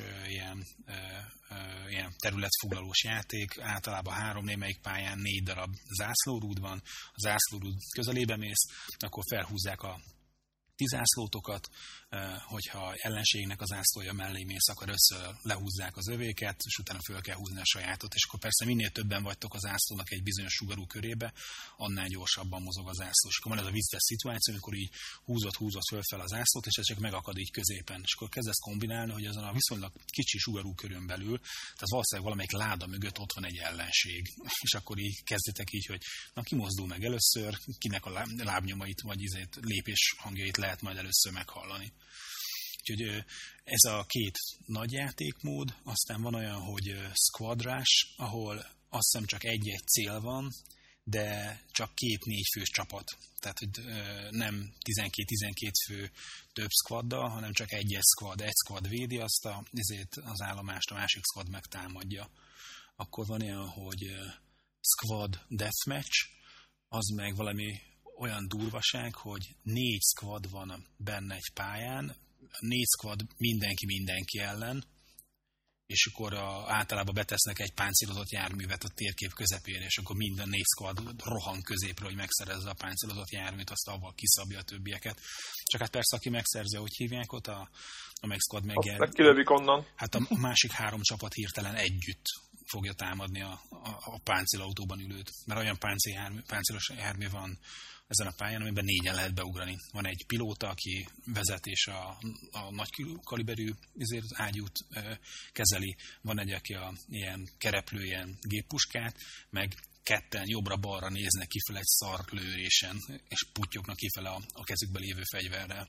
ilyen területfoglalós játék, általában 3 némelyik pályán 4 darab zászlórúd van, a zászlórúd közelébe mész, akkor felhúzzák a ti zászlótokat, hogyha ellenségnek az zászlója mellé mész, akkor össze lehúzzák az övéket, és utána föl kell húzni a sajátot, és akkor persze minél többen vagytok az zászlónak egy bizonyos sugarú körébe, annál gyorsabban mozog a zászló. És akkor van ez a vicces szituáció, amikor így húzott fölfel a zászlót, és ez csak megakad így középen. És akkor kezdesz kombinálni, hogy azon a viszonylag kicsi sugarú körön belül, tehát valószínűleg valamelyik láda mögött ott van egy ellenség. És akkor így kezdetek így, hogy na ki mozdul meg először, kinek a lábnyomait vagy lépés hangjait lehet majd először meghallani. Úgyhogy ez a 2 nagy játékmód, aztán van olyan, hogy Squad Rush, ahol azt hiszem csak egy-egy cél van, de csak 2-4 fős csapat. Tehát, hogy nem 12-12 fő több squaddal, hanem csak egy squad védi azt az állomást, a másik squad megtámadja. Akkor van olyan, hogy Squad Deathmatch, az meg valami olyan durvaság, hogy 4 squad van benne egy pályán, 4 squad mindenki ellen, és akkor általában betesznek egy páncélozott járművet a térkép közepére, és akkor minden 4 squad rohan középről, hogy megszerezze a páncélozott járművet, azt avval kiszabja a többieket. Csak hát persze, aki megszerzi, hogy hívják ott, amelyik squad megjel. Azt kilövik onnan. Hát a másik 3 csapat hirtelen együtt fogja támadni a páncélautóban ülőt. Mert olyan páncélos jármű van ezen a pályán, amiben 4-en lehet beugrani. Van egy pilóta, aki vezet és a nagy kaliberű ágyút kezeli. Van egy, aki ilyen kereplő, ilyen géppuskát, meg 2 jobbra-balra néznek kifele egy szarlőrésen, és putyognak kifele a kezükbe lévő fegyverrel.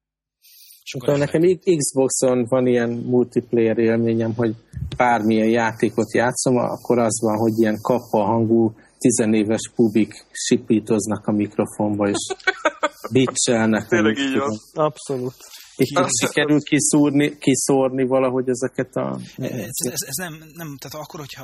Nekem Xboxon van ilyen multiplayer élményem, hogy bármilyen játékot játszom, akkor az van, hogy ilyen kappa hangú 10 éves pubik sipítoznak a mikrofonba, és bitchelnek. Tényleg így van. Abszolút. Itt sikerül kiszórni valahogy ezeket a... Ez nem, tehát akkor, hogyha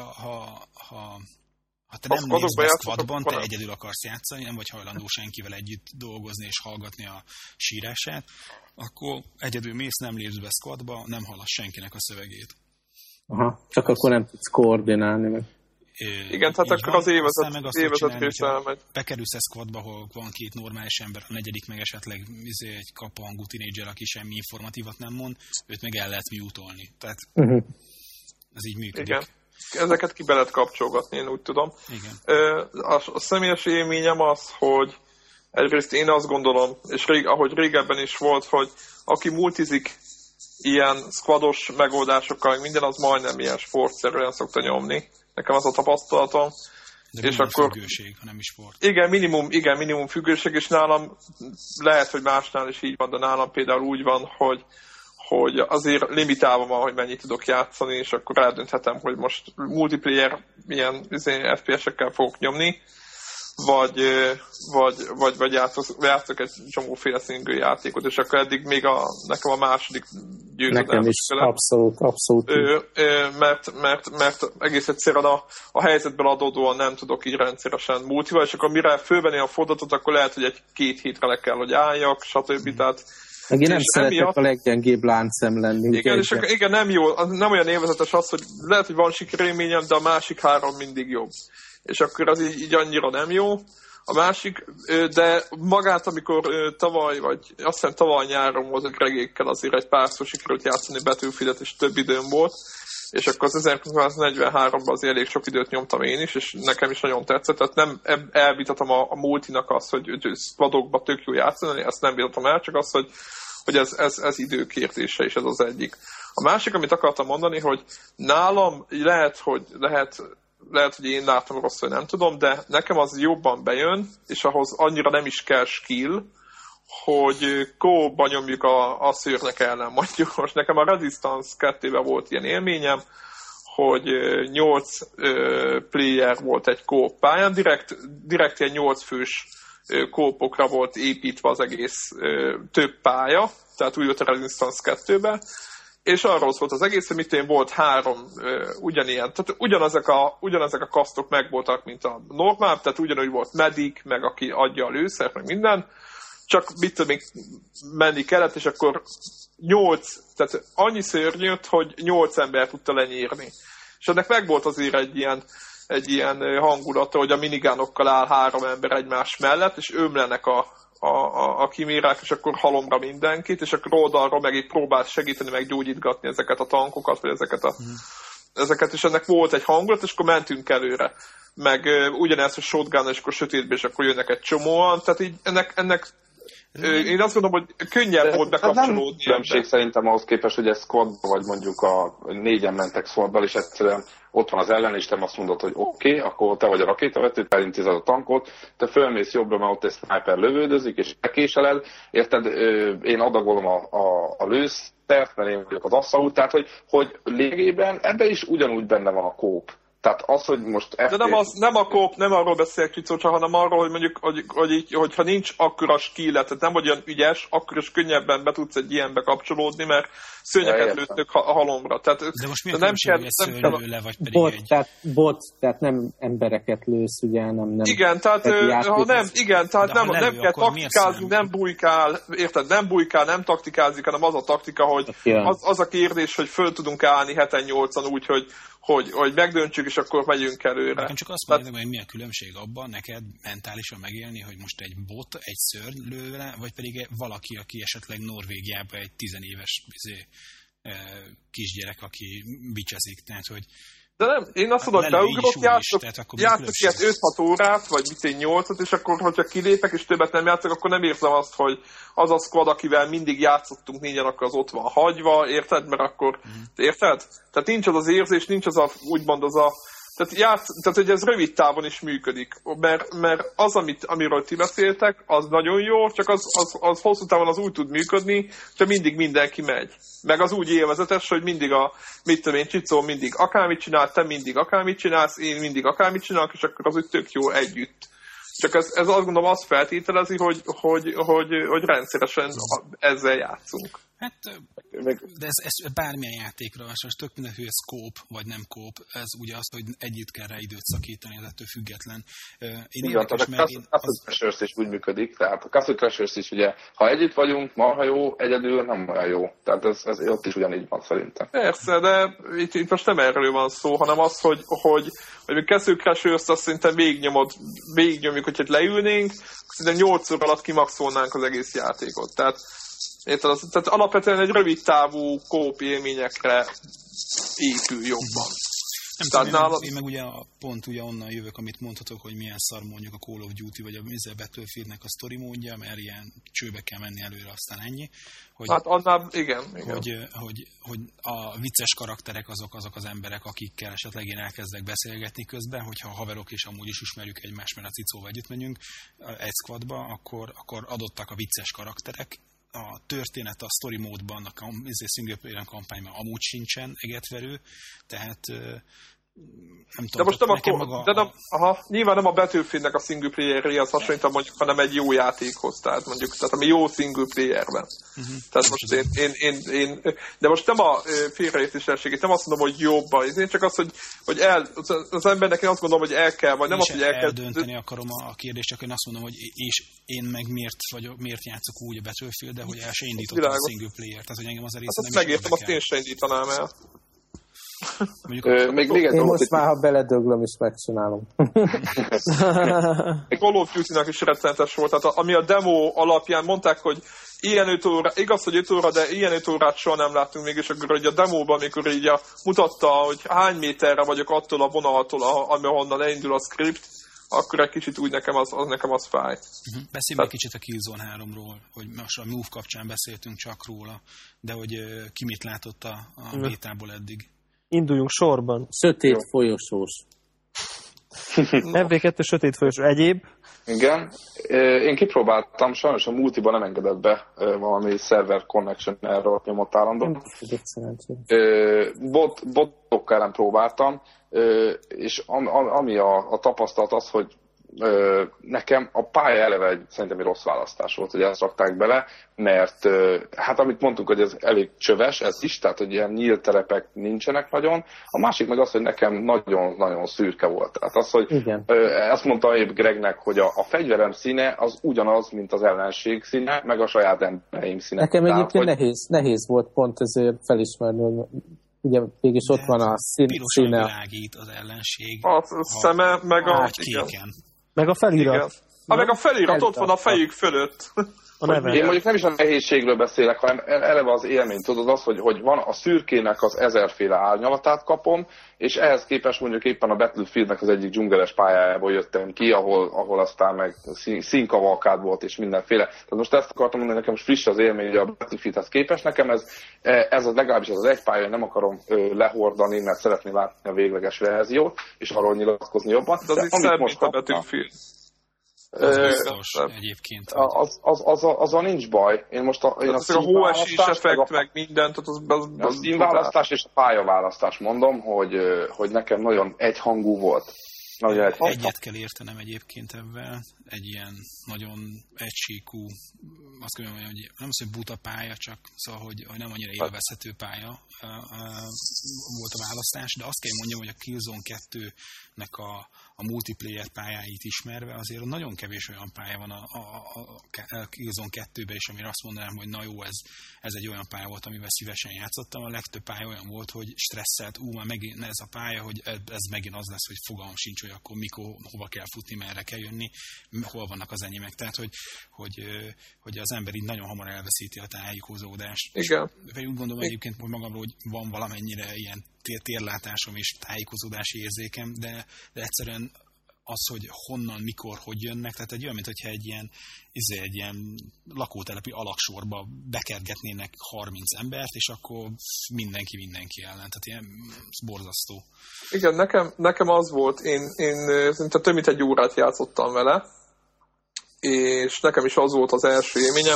ha te nem nézd be squadban, te egyedül akarsz játszani, nem vagy hajlandó senkivel együtt dolgozni és hallgatni a sírását, akkor egyedül mész, nem lépsz be squadba, nem hallasz senkinek a szövegét. Aha, csak akkor nem tudsz koordinálni meg. Igen, tehát akkor az évezet része elmegy. Bekerülsz squadba, ahol van két normális ember, a negyedik meg esetleg egy kapangú tínédzser, aki semmi informatívat nem mond, őt meg el lehet mute-olni. Tehát ez így működik. Igen. Ezeket ki be lehet kapcsolgatni, én úgy tudom. Igen. A személyes élményem az, hogy egyrészt én azt gondolom, és ahogy régebben is volt, hogy aki multizik ilyen squados megoldásokkal, minden az majdnem ilyen sportszerűen szokta nyomni. Nekem az a tapasztalatom. De és akkor függőség, ha nem is sport. Igen, minimum függőség, és nálam lehet, hogy másnál is így van, de nálam például úgy van, hogy azért limitálva van, hogy mennyit tudok játszani, és akkor eldönthetem, hogy most multiplayer milyen FPS-ekkel fogok nyomni, vagy játszok egy csomóféle single játékot, és akkor eddig még nekem a második győzelem. Nekem is abszolút. Mert egész egyszerűen a helyzetben adódóan nem tudok így rendszeresen multival, és akkor mire fölvenni a fordulatot, akkor lehet, hogy egy-két hétre le kell, hogy álljak, stb. Tehát meg én nem szeretek a leggyengébb láncszem lenni. Igen, és igen, nem jó, nem olyan élvezetes az, hogy lehet, hogy van sikerélményem, de a másik három mindig jobb. És akkor az így annyira nem jó. A másik, de magát, amikor azt hiszem tavaly nyáron volt a Gregékkel azért egy párszor sikerült játszani Battlefieldet, és több időm volt, és akkor az 1943-ban azért elég sok időt nyomtam én is, és nekem is nagyon tetszett, tehát nem elvitatom a multinak azt, hogy squadokba tök jó játszani, ezt nem vitatom el, csak azt, hogy ez időkérdése is, ez az egyik. A másik, amit akartam mondani, hogy nálam lehet, hogy én látom rossz, hogy nem tudom, de nekem az jobban bejön, és ahhoz annyira nem is kell skill, hogy co-ban nyomjuk a szőrnek ellen. Mondjuk most nekem a Resistance 2-ben volt ilyen élményem, hogy 8 player volt egy co pályán, direkt ilyen 8 fős co-okra volt építve az egész több pálya, tehát úgy volt a Resistance 2-ben, és arról volt az egész, hogy volt 3 ugyanilyen, tehát ugyanezek a kasztok megvoltak, mint a normál, tehát ugyanúgy volt medic, meg aki adja a lőszert, meg minden, csak menni kellett, és akkor 8, tehát annyi szörny jött, hogy 8 ember tudta lenyírni. És ennek megvolt azért egy ilyen hangulata, hogy a minigánokkal áll 3 ember egymás mellett, és ömlenek a kimérák, és akkor halomra mindenkit, és akkor oldalról meg így próbál segíteni, meg gyógyítgatni ezeket a tankokat, vagy ezeket, és ennek volt egy hangulat, és akkor mentünk előre. Meg ugyanezt a shotgun, és akkor sötétbe, és akkor jönnek egy csomóan, tehát így ennek én azt gondolom, hogy könnyebb volt bekapcsolódni. Különbség szerintem ahhoz képest, hogy ez squadba, vagy mondjuk a 4-en mentek squadban, és egyszerűen ott van az ellen, és te azt mondod, hogy oké, akkor te vagy a rakétavető, te elintézed a tankot, te fölmész jobbra, mert ott egy sniper lövődözik, és elkéseled, érted, én adagolom a lőszert, mert én vagyok az asszaút, tehát hogy lényegében ebben is ugyanúgy benne van a kóp. Tehát az, hogy most... De nem a kóp, nem arról beszél Csicó, hanem arról, hogy mondjuk, hogyha nincs akkora skillet, tehát nem vagy olyan ügyes, akkor is könnyebben be tudsz egy ilyenbe kapcsolódni, mert szőnyeket lőttök a halomra. Tehát, de most mi a különbség, hogy egy szőny lő le, vagy pedig tehát nem embereket lősz, ugye, nem... Igen, tehát nem kell taktikázni, nem bujkál, érted, nem bujkál, nem taktikázik, hanem az a taktika, hogy az a kérdés, hogy föl tudunk állni 7-8-an úgy, hogy megdöntsük, és akkor megyünk előre. Nekem csak azt mondom, hogy mi a különbség abban neked mentálisan megélni, hogy most egy bot, egy szörny lő vele, vagy pedig valaki, aki esetleg Norvégiában egy 10 éves kisgyerek, aki bicsezik. Tehát, hogy de nem, én azt mondom, hogy beugrok, játszok ilyet 5-6 órát, vagy 8-at, és akkor, hogyha kilépek, és többet nem játszok, akkor nem érzem azt, hogy az a squad, akivel mindig játszottunk 4-en, akkor az ott van hagyva, érted? Mert akkor, érted? Tehát nincs az érzés, nincs az úgymond az a... Tehát hogy ez rövid távon is működik, mert az, amiről ti beszéltek, az nagyon jó, csak az hosszú távon az úgy tud működni, hogy mindig mindenki megy. Meg az úgy élvezetes, hogy mindig Csicó mindig akármit csinál, te mindig akármit csinálsz, én mindig akármit csinálok, és akkor az úgy tök jó együtt. Csak ez azt gondolom azt feltételezi, hogy rendszeresen ezzel játszunk. Hát, de ez bármilyen játékra, és most tök minden, hogy ez kóp, vagy nem kóp, ez ugye az, hogy együtt kell rá időt szakítani, ez ettől független. Igen, tehát a Castle Crashers is úgy működik, tehát a Castle Crashers is ugye, ha együtt vagyunk, marha jó, egyedül nem olyan jó. Tehát ez ott is ugyanígy van szerintem. Persze, de itt most nem erről van szó, hanem az, hogy a Castle Crashers-t azt szerintem végignyomjuk, hogyha leülnénk, szerintem 8 óra alatt kimaxolnánk az egész játékot. Tehát alapvetően egy rövid távú kóp élményekre épül jobban. Nem tudom, én meg ugye pont ugye onnan jövök, amit mondhatok, hogy milyen szar mondjuk a Call of Duty, vagy a Battlefieldnek a story módja, mert ilyen csőbe kell menni előre, aztán ennyi. Hogy, hát annál, igen. Hogy a vicces karakterek azok az emberek, akikkel esetleg én elkezdek beszélgetni közben, hogyha a haverok és amúgy is ismerjük egymást, mert a cicóval együtt megyünk egy squadba, akkor adottak a vicces karakterek. A történet a story módban, a single player kampányban amúgy sincsen egetverő, tehát nem tudom. De most nem nyilván nem a Battlefieldnek a single player-réhez hasonlítom mondjuk, hanem egy jó játékhoz, tehát ami jó single playerben. Tehát most de most nem a félreértésességét, nem azt mondom, hogy jobban, én csak azt, hogy az embernek én azt gondolom, hogy el kell, vagy nem azt, hogy el kell. Eldönteni akarom a kérdést, csak én azt mondom, hogy és én meg miért játszok úgy a Battlefield, de hogy el se indítottam a single player, tehát hogy engem az a része nem is megértem, azt én se indítanám el. Én most már, ha beledöglöm, is megcsinálom. Call of Duty-nak is rettenetes volt. Tehát ami a demo alapján mondták, hogy ilyen 5 óra, igaz, hogy 5 óra, de ilyen 5 órát soha nem láttunk mégis, akkor hogy a demóban, amikor így mutatta, hogy hány méterre vagyok attól a vonaltól, ahonnan elindul a script, akkor egy kicsit úgy nekem az fáj. Beszéljünk egy kicsit a Killzone 3-ról, hogy most a Move kapcsán beszéltünk csak róla, de hogy ki mit látott a bétából eddig. Induljunk sorban. Sötét folyosós. MV2 sötét folyosós. Egyéb? Igen. Én kipróbáltam, sajnos a multiban nem engedett be valami server connection error nyomott állandó. Botokkal ellen próbáltam, és ami a tapasztalat az, hogy nekem a pálya eleve szerintem egy rossz választás volt, hogy ezt rakták bele, mert hát amit mondtunk, hogy ez elég csöves, ez is, tehát hogy ilyen nyílt terepek nincsenek nagyon. A másik meg az, hogy nekem nagyon-nagyon szürke volt. Tehát az, hogy azt mondta épp Gregnek, hogy a fegyverem színe az ugyanaz, mint az ellenség színe, meg a saját embereim színe. Nekem egyébként nehéz volt pont ezért felismerni, hogy ugye mégis ott van a színe. Pirosan világít az ellenség. A szeme, meg a kéken. Meg a felirat. Meg a felirat ott van a fejük fölött. Én mondjuk nem is a nehézségről beszélek, hanem eleve az élmény. Tudod az, hogy van a szürkének az 1000-féle árnyalatát kapom, és ehhez képest mondjuk éppen a Battlefieldnek az egyik dzsungeles pályájából jöttem ki, ahol aztán meg színkavalkád volt és mindenféle. Tehát most ezt akartam mondani, nekem most friss az élmény, hogy a Battlefieldhez képest nekem ez legalábbis az egy pálya, nem akarom lehordani, mert szeretném látni a végleges verziót, és arról nyilatkozni jobban. De az is szebb, mint a Battlefield. Egyébként. Azzal nincs baj. Én most a hóesés effekt, meg mindent, a színválasztás és a pályaválasztás mondom, hogy nekem nagyon egyhangú volt. Egyet kell értenem egyébként ebben, egy ilyen nagyon egysíkú, azt kell mondani, hogy nem az, hogy buta pálya, csak szóval, hogy nem annyira élvezhető pálya volt a választás, de azt kell mondjam, hogy a Killzone 2-nek a multiplayer pályáit ismerve, azért nagyon kevés olyan pálya van a Killzone 2-ben is, amire azt mondanám, hogy na jó, ez egy olyan pálya volt, amivel szívesen játszottam. A legtöbb pálya olyan volt, hogy stresszelt, már megint ez a pálya, hogy ez megint az lesz, hogy fogalmam sincs, hogy akkor mikor, hova kell futni, merre kell jönni, hol vannak az enyémek. Tehát, hogy az ember így nagyon hamar elveszíti a tájékozódást. Igen. És úgy gondolom egyébként hogy magamról, hogy van valamennyire ilyen térlátásom és tájékozódási érzékem, de egyszerűen az, hogy honnan, mikor, hogy jönnek, tehát egy olyan, mintha egy ilyen lakótelepi alaksorba bekergetnének 30 embert, és akkor mindenki ellen, tehát ilyen borzasztó. Igen, nekem az volt, én szinte több mint egy órát játszottam vele, és nekem is az volt az első élményem,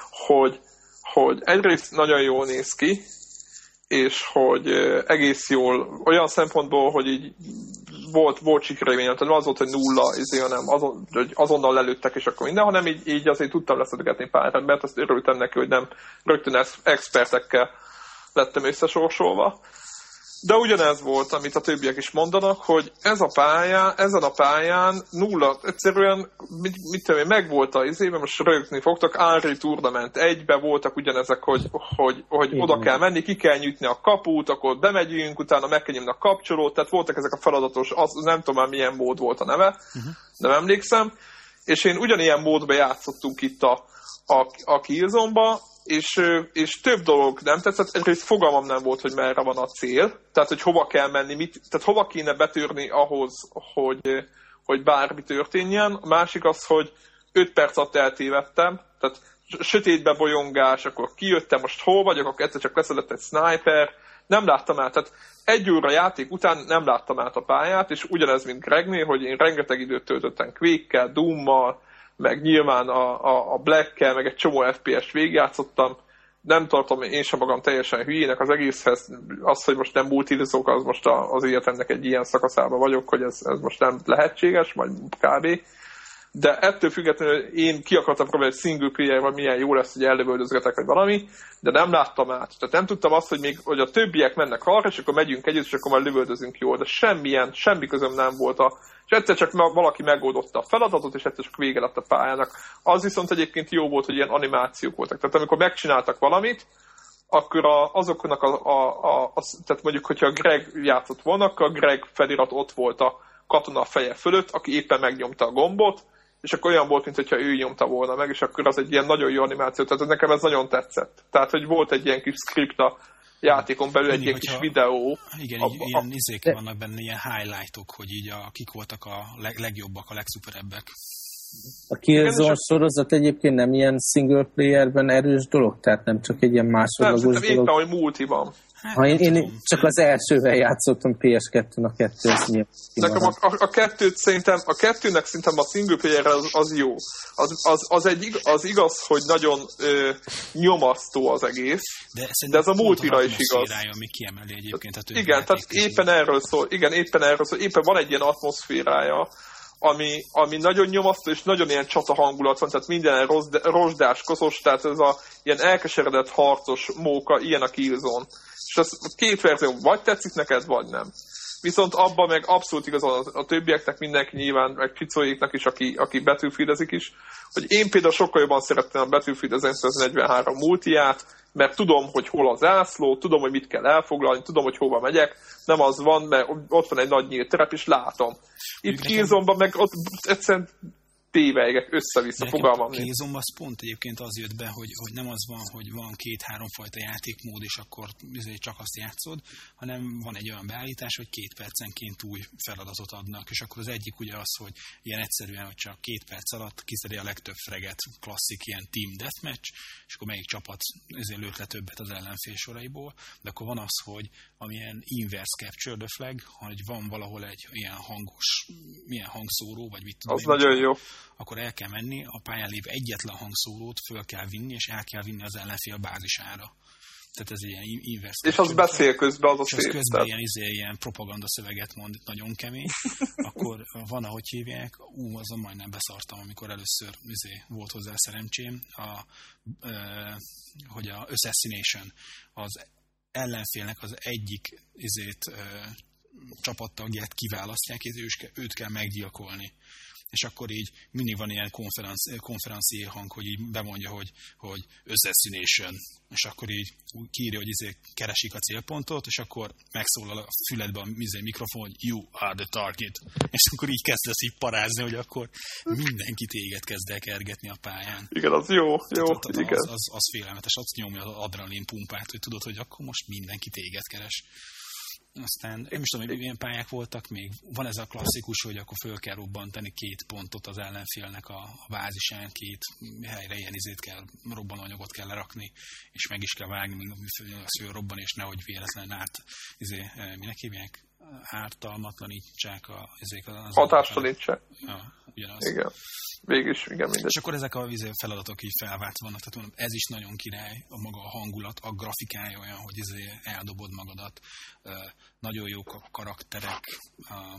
hogy egyrészt nagyon jól néz ki, és hogy egész jól, olyan szempontból, hogy így volt sikerélményem, tehát az volt, hogy 0, hanem azonnal lelőttek, és akkor minden, hanem így azért tudtam leszedgetni pár embert, azt örültem neki, hogy nem rögtön expertekkel lettem összesorsolva. De ugyanez volt, amit a többiek is mondanak, hogy ezen a pályán 0, egyszerűen, mit tudom én, megvolt a izében, most rögtön fogtak, Unreal Tournament 1-be voltak ugyanezek, hogy oda kell menni, ki kell nyitni a kaput, akkor bemegyünk, utána meg kell nyomni a kapcsolót, tehát voltak ezek a feladatos, nem tudom már milyen mód volt a neve, nem emlékszem, és én ugyanilyen módban játszottunk itt a Killzone-ba, és több dolog nem tetszett. Egyrészt fogalmam nem volt, hogy merre van a cél, tehát hogy hova kell menni, tehát hova kéne betörni ahhoz, hogy bármi történjen. A másik az, hogy 5 perc alatt eltévedtem, tehát sötétbe bolyongás, akkor kijöttem, most hol vagyok, akkor egyszer csak leszedett egy sniper, nem láttam át, tehát 1 óra játék után nem láttam át a pályát, és ugyanez, mint Gregnél, hogy én rengeteg időt töltöttem Quake-kel, Doom-mal, meg nyilván a Black-kel, meg egy csomó FPS-t végigjátszottam. Nem tartom én sem magam teljesen hülyének az egészhez. Az, hogy most nem multilizok, az most az életemnek egy ilyen szakaszában vagyok, hogy ez most nem lehetséges, vagy kb. De ettől függetlenül én ki akartam próbálni, hogy single player-ben milyen jó lesz, hogy ellövöldözgetek, vagy valami, de nem láttam át. Tehát nem tudtam azt, hogy a többiek mennek arra, és akkor megyünk együtt, és akkor már lövöldözünk jól. De semmi közöm nem volt és egyszer csak valaki megoldotta a feladatot, és egyszer csak vége lett a pályának. Az viszont egyébként jó volt, hogy ilyen animációk voltak. Tehát amikor megcsináltak valamit, akkor azoknak tehát mondjuk, hogyha Greg játszott volna, akkor a Greg felirat ott volt a katona feje fölött, aki éppen megnyomta a gombot, és akkor olyan volt, mintha ő nyomta volna meg, és akkor az egy ilyen nagyon jó animáció, tehát nekem ez nagyon tetszett. Tehát, hogy volt egy ilyen kis script a játékon belül, egy ilyen kis videó. Igen, ilyen izék vannak benne, ilyen highlightok, hogy így kik voltak a legjobbak, a legszuperebbek. A Killzone sorozat egyébként nem ilyen single playerben erős dolog? Tehát nem csak egy ilyen másodlagos dolog? Nem, éppen, hogy multiban. Én csak az elsővel játszottam PS2-n, a 2 az nyilván. Nekem a kettőnek szerintem a single player az jó. Az igaz, hogy nagyon nyomasztó az egész, de ez a multira is igaz. Ami kiemeli egyébként a igen, tehát éppen erről szól. Éppen van egy ilyen atmoszférája, ami nagyon nyomasztó, és nagyon ilyen csata hangulat van, tehát minden rozsdás, koszos, tehát ez a ilyen elkeseredett harcos móka, ilyen a Killzone. És az 2 verzió, vagy tetszik neked, vagy nem. Viszont abban meg abszolút igazán a többieknek, mindenki nyilván, meg Csicóéknak is, aki Battlefieldezik is, hogy én például sokkal jobban szerettem a Battlefield 1943 multiját, mert tudom, hogy hol az zászló, tudom, hogy mit kell elfoglalni, tudom, hogy hova megyek, nem az van, mert ott van egy nagy nyílt terep, és látom. Itt Killzone-ban meg ott egyszerűen tévelyek össze-vissza, fogalmam. Killzone-ban az pont egyébként az jött be, hogy nem az van, hogy van 2-3 fajta játékmód, és akkor csak azt játszod, hanem van egy olyan beállítás, hogy 2 percenként új feladatot adnak, és akkor az egyik ugye az, hogy ilyen egyszerűen, hogy csak 2 perc alatt kiszedi a legtöbb freget, klasszik ilyen team deathmatch, és akkor melyik csapat lőtt le többet az ellenfél soraiból, de akkor van az, hogy amilyen inverse capture the flag, hogy van valahol egy ilyen hangos, milyen hangszóró, vagy mit tudom. Az nagyon jó. Akkor el kell menni, a pályán lévő egyetlen hangszórót föl kell vinni, és el kell vinni az ellenfél bázisára. Tehát ez egy ilyen inverse. És az beszél közben, az a szép. És közben ilyen propaganda szöveget mond, nagyon kemény. Akkor van, ahogy hívják, azon majdnem beszartam, amikor először volt hozzá szerencsém, hogy a Assassination az ellenfélnek az egyik csapattagját kiválasztják, és őt kell meggyilkolni. És akkor így mindig van ilyen konferenciér hang, hogy így bemondja, hogy Assassination, és akkor így kiírja, hogy keresik a célpontot, és akkor megszólal a füledbe a mikrofon, hogy you are the target. És akkor így kezdesz így parázni, hogy akkor mindenki téged kezd el kergetni a pályán. Igen, az jó, igen. Az félelmetes, azt nyomja az adrenalin pumpát, hogy tudod, hogy akkor most mindenki téged keres. Aztán, én most tudom, hogy milyen pályák voltak még. Van ez a klasszikus, hogy akkor föl kell robbantani 2 pontot az ellenfélnek a bázisán, 2 helyre ilyen kell, robbanóanyagot kell lerakni, és meg is kell vágni, az fölrobban, és nehogy véletlenül minek hívják? Ártalmatlanítsák az hatástanítsák. Ja, ugyanaz. Igen. Végülis, igen, mindegy. És akkor ezek a feladatok így felváltva vannak, tehát mondom, ez is nagyon király, a maga a hangulat, a grafikája olyan, hogy eldobod magadat, nagyon jók a karakterek,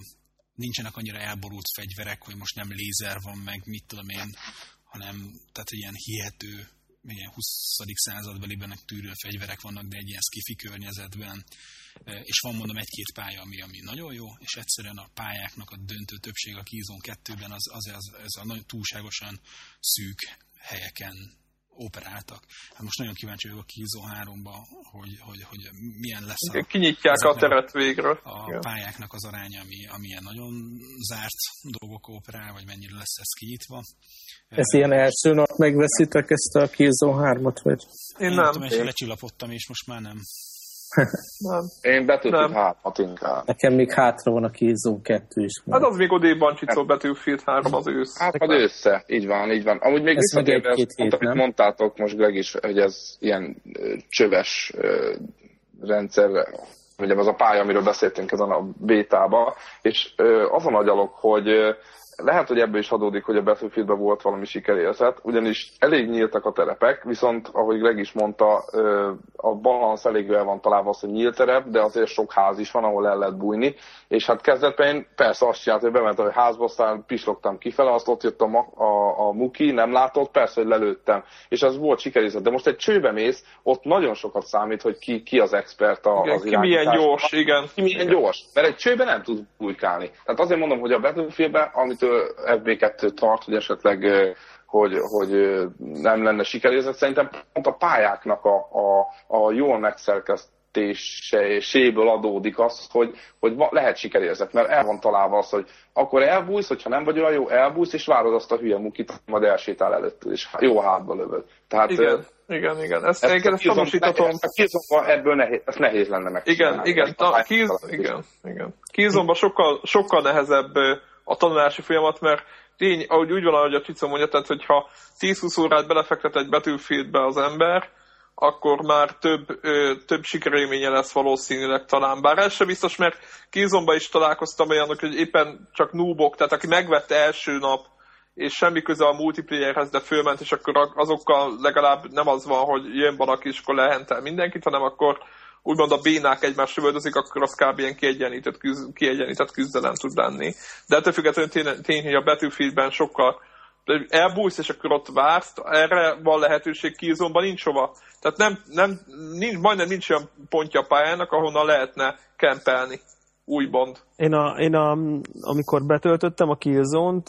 nincsenek annyira elborult fegyverek, hogy most nem lézer van meg, mit tudom én, hanem tehát ilyen hihető, ilyen 20. századbeliben tűrő fegyverek vannak, de egy ilyen skifi környezetben. És van mondom egy-két pálya, ami nagyon jó, és egyszerűen a pályáknak a döntő többség a Killzone 2-ben ez a nagyon túlságosan szűk helyeken operáltak. Hát most nagyon kíváncsi vagyok a Killzone 3-ba, hogy milyen lesz kinyitják a teret végre. A pályáknak az aránya, ami ilyen nagyon zárt dolgok operál, vagy mennyire lesz ez kinyitva. Ez ilyen első nap megveszitek ezt a Killzone 3-at, vagy? Én nem. Én lecsillapodtam, és most már nem. Nem. Én Battlefield 3-at inkább. Nekem még hátra van a Killzone 2 is. Hát az még odéban csicol Battlefield 3 az ősz. Hát az össze, így van. Amúgy még visszatérve ezt mondtátok most Greg is, hogy ez ilyen csöves rendszer, ugye az a pálya, amiről beszéltünk ezen a bétában, és az a nagy alog, hogy lehet, hogy ebből is adódik, hogy a Battlefieldben volt valami sikerérzet, ugyanis elég nyíltak a terepek, viszont, ahogy Greg is mondta, a balansz elég el van találva az, hogy nyílt terep, de azért sok ház is van, ahol el lehet bújni, és hát kezdetben én persze azt csináltam, hogy bementem a házba, aztán pislogtam kifele, azt ott jött a muki, nem látott, persze, hogy lelőttem, és az volt sikerérzet, de most egy csőbe mész, ott nagyon sokat számít, hogy ki az expert az ki milyen gyors, igen. Ki milyen gyors, mert egy csőbe nem tud bújkálni. Tehát azért mondom, hogy a Battlefieldben, amit FB2 tart, hogy esetleg hogy nem lenne sikerérzet, szerintem pont a pályáknak a jól megszerkesztéséből adódik az, hogy lehet sikerérzet, mert el van találva az, hogy akkor elbújsz, hogyha nem vagy olyan jó, elbújsz, és várod azt a hülye mukit, majd elsétál előttől, és jó hátba lövöd. Tehát, igen. Ezt tanúsítatom. Ebből nehéz lenne megcsinálni. Igen. Killzone-ban sokkal nehezebb a tanulási folyamat, mert úgy van, ahogy a Csicó mondja, tehát hogyha 10-20 órát belefektet egy Battlefieldbe az ember, akkor már több sikerélménye lesz valószínűleg talán. Bár ez sem biztos, mert Killzone-ban is találkoztam olyanok, hogy éppen csak noobok, tehát aki megvette első nap, és semmi köze a multiplayerhez, de fölment, és akkor azokkal legalább nem az van, hogy jön valaki, és akkor lehentel mindenkit, hanem akkor úgymond a bénák egymást lövöldözik, akkor az kb. Ilyen kiegyenlített küzdelem tud lenni. De ettől függetlenül tény, hogy a Battlefieldben sokkal elbújsz, és akkor ott vársz, erre van lehetőség, Killzone-ban nincs hova. Tehát majdnem nincs olyan pontja a pályának, ahonnan lehetne kempelni. Úgymond. Én amikor betöltöttem a Killzone-t,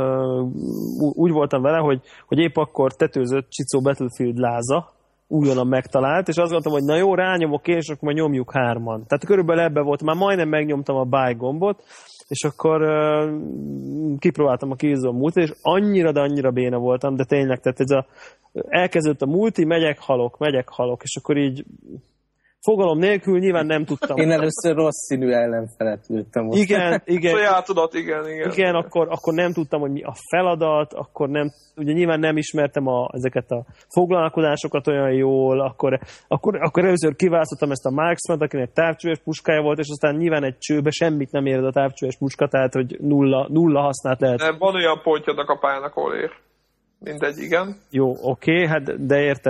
úgy voltam vele, hogy épp akkor tetőzött Csicó Battlefield láza, újonnan megtalált, és azt gondoltam, hogy na jó, rányomok én, és akkor majd nyomjuk 3-an. Tehát körülbelül ebbe volt, már majdnem megnyomtam a buy gombot, és akkor kipróbáltam a Killzone multi, és annyira béna voltam, de tényleg, tehát elkezdődött a multi, megyek, halok, és akkor így fogalom nélkül nyilván nem tudtam. Én először rossz színű ellenfelet lőttem. Igen. Sajátodat, igen. Igen, akkor nem tudtam, hogy mi a feladat, akkor nem, ugye nyilván nem ismertem ezeket a foglalkozásokat olyan jól, akkor először kiválasztottam ezt a Marksman-t, akinek távcsöves puskája volt, és aztán nyilván egy csőbe semmit nem éred a távcsöves puska, tehát hogy nulla hasznát lehet. De van olyan pontjadnak a pályának, ahol ér. Mindegy, igen. Jó, oké, hát de érted.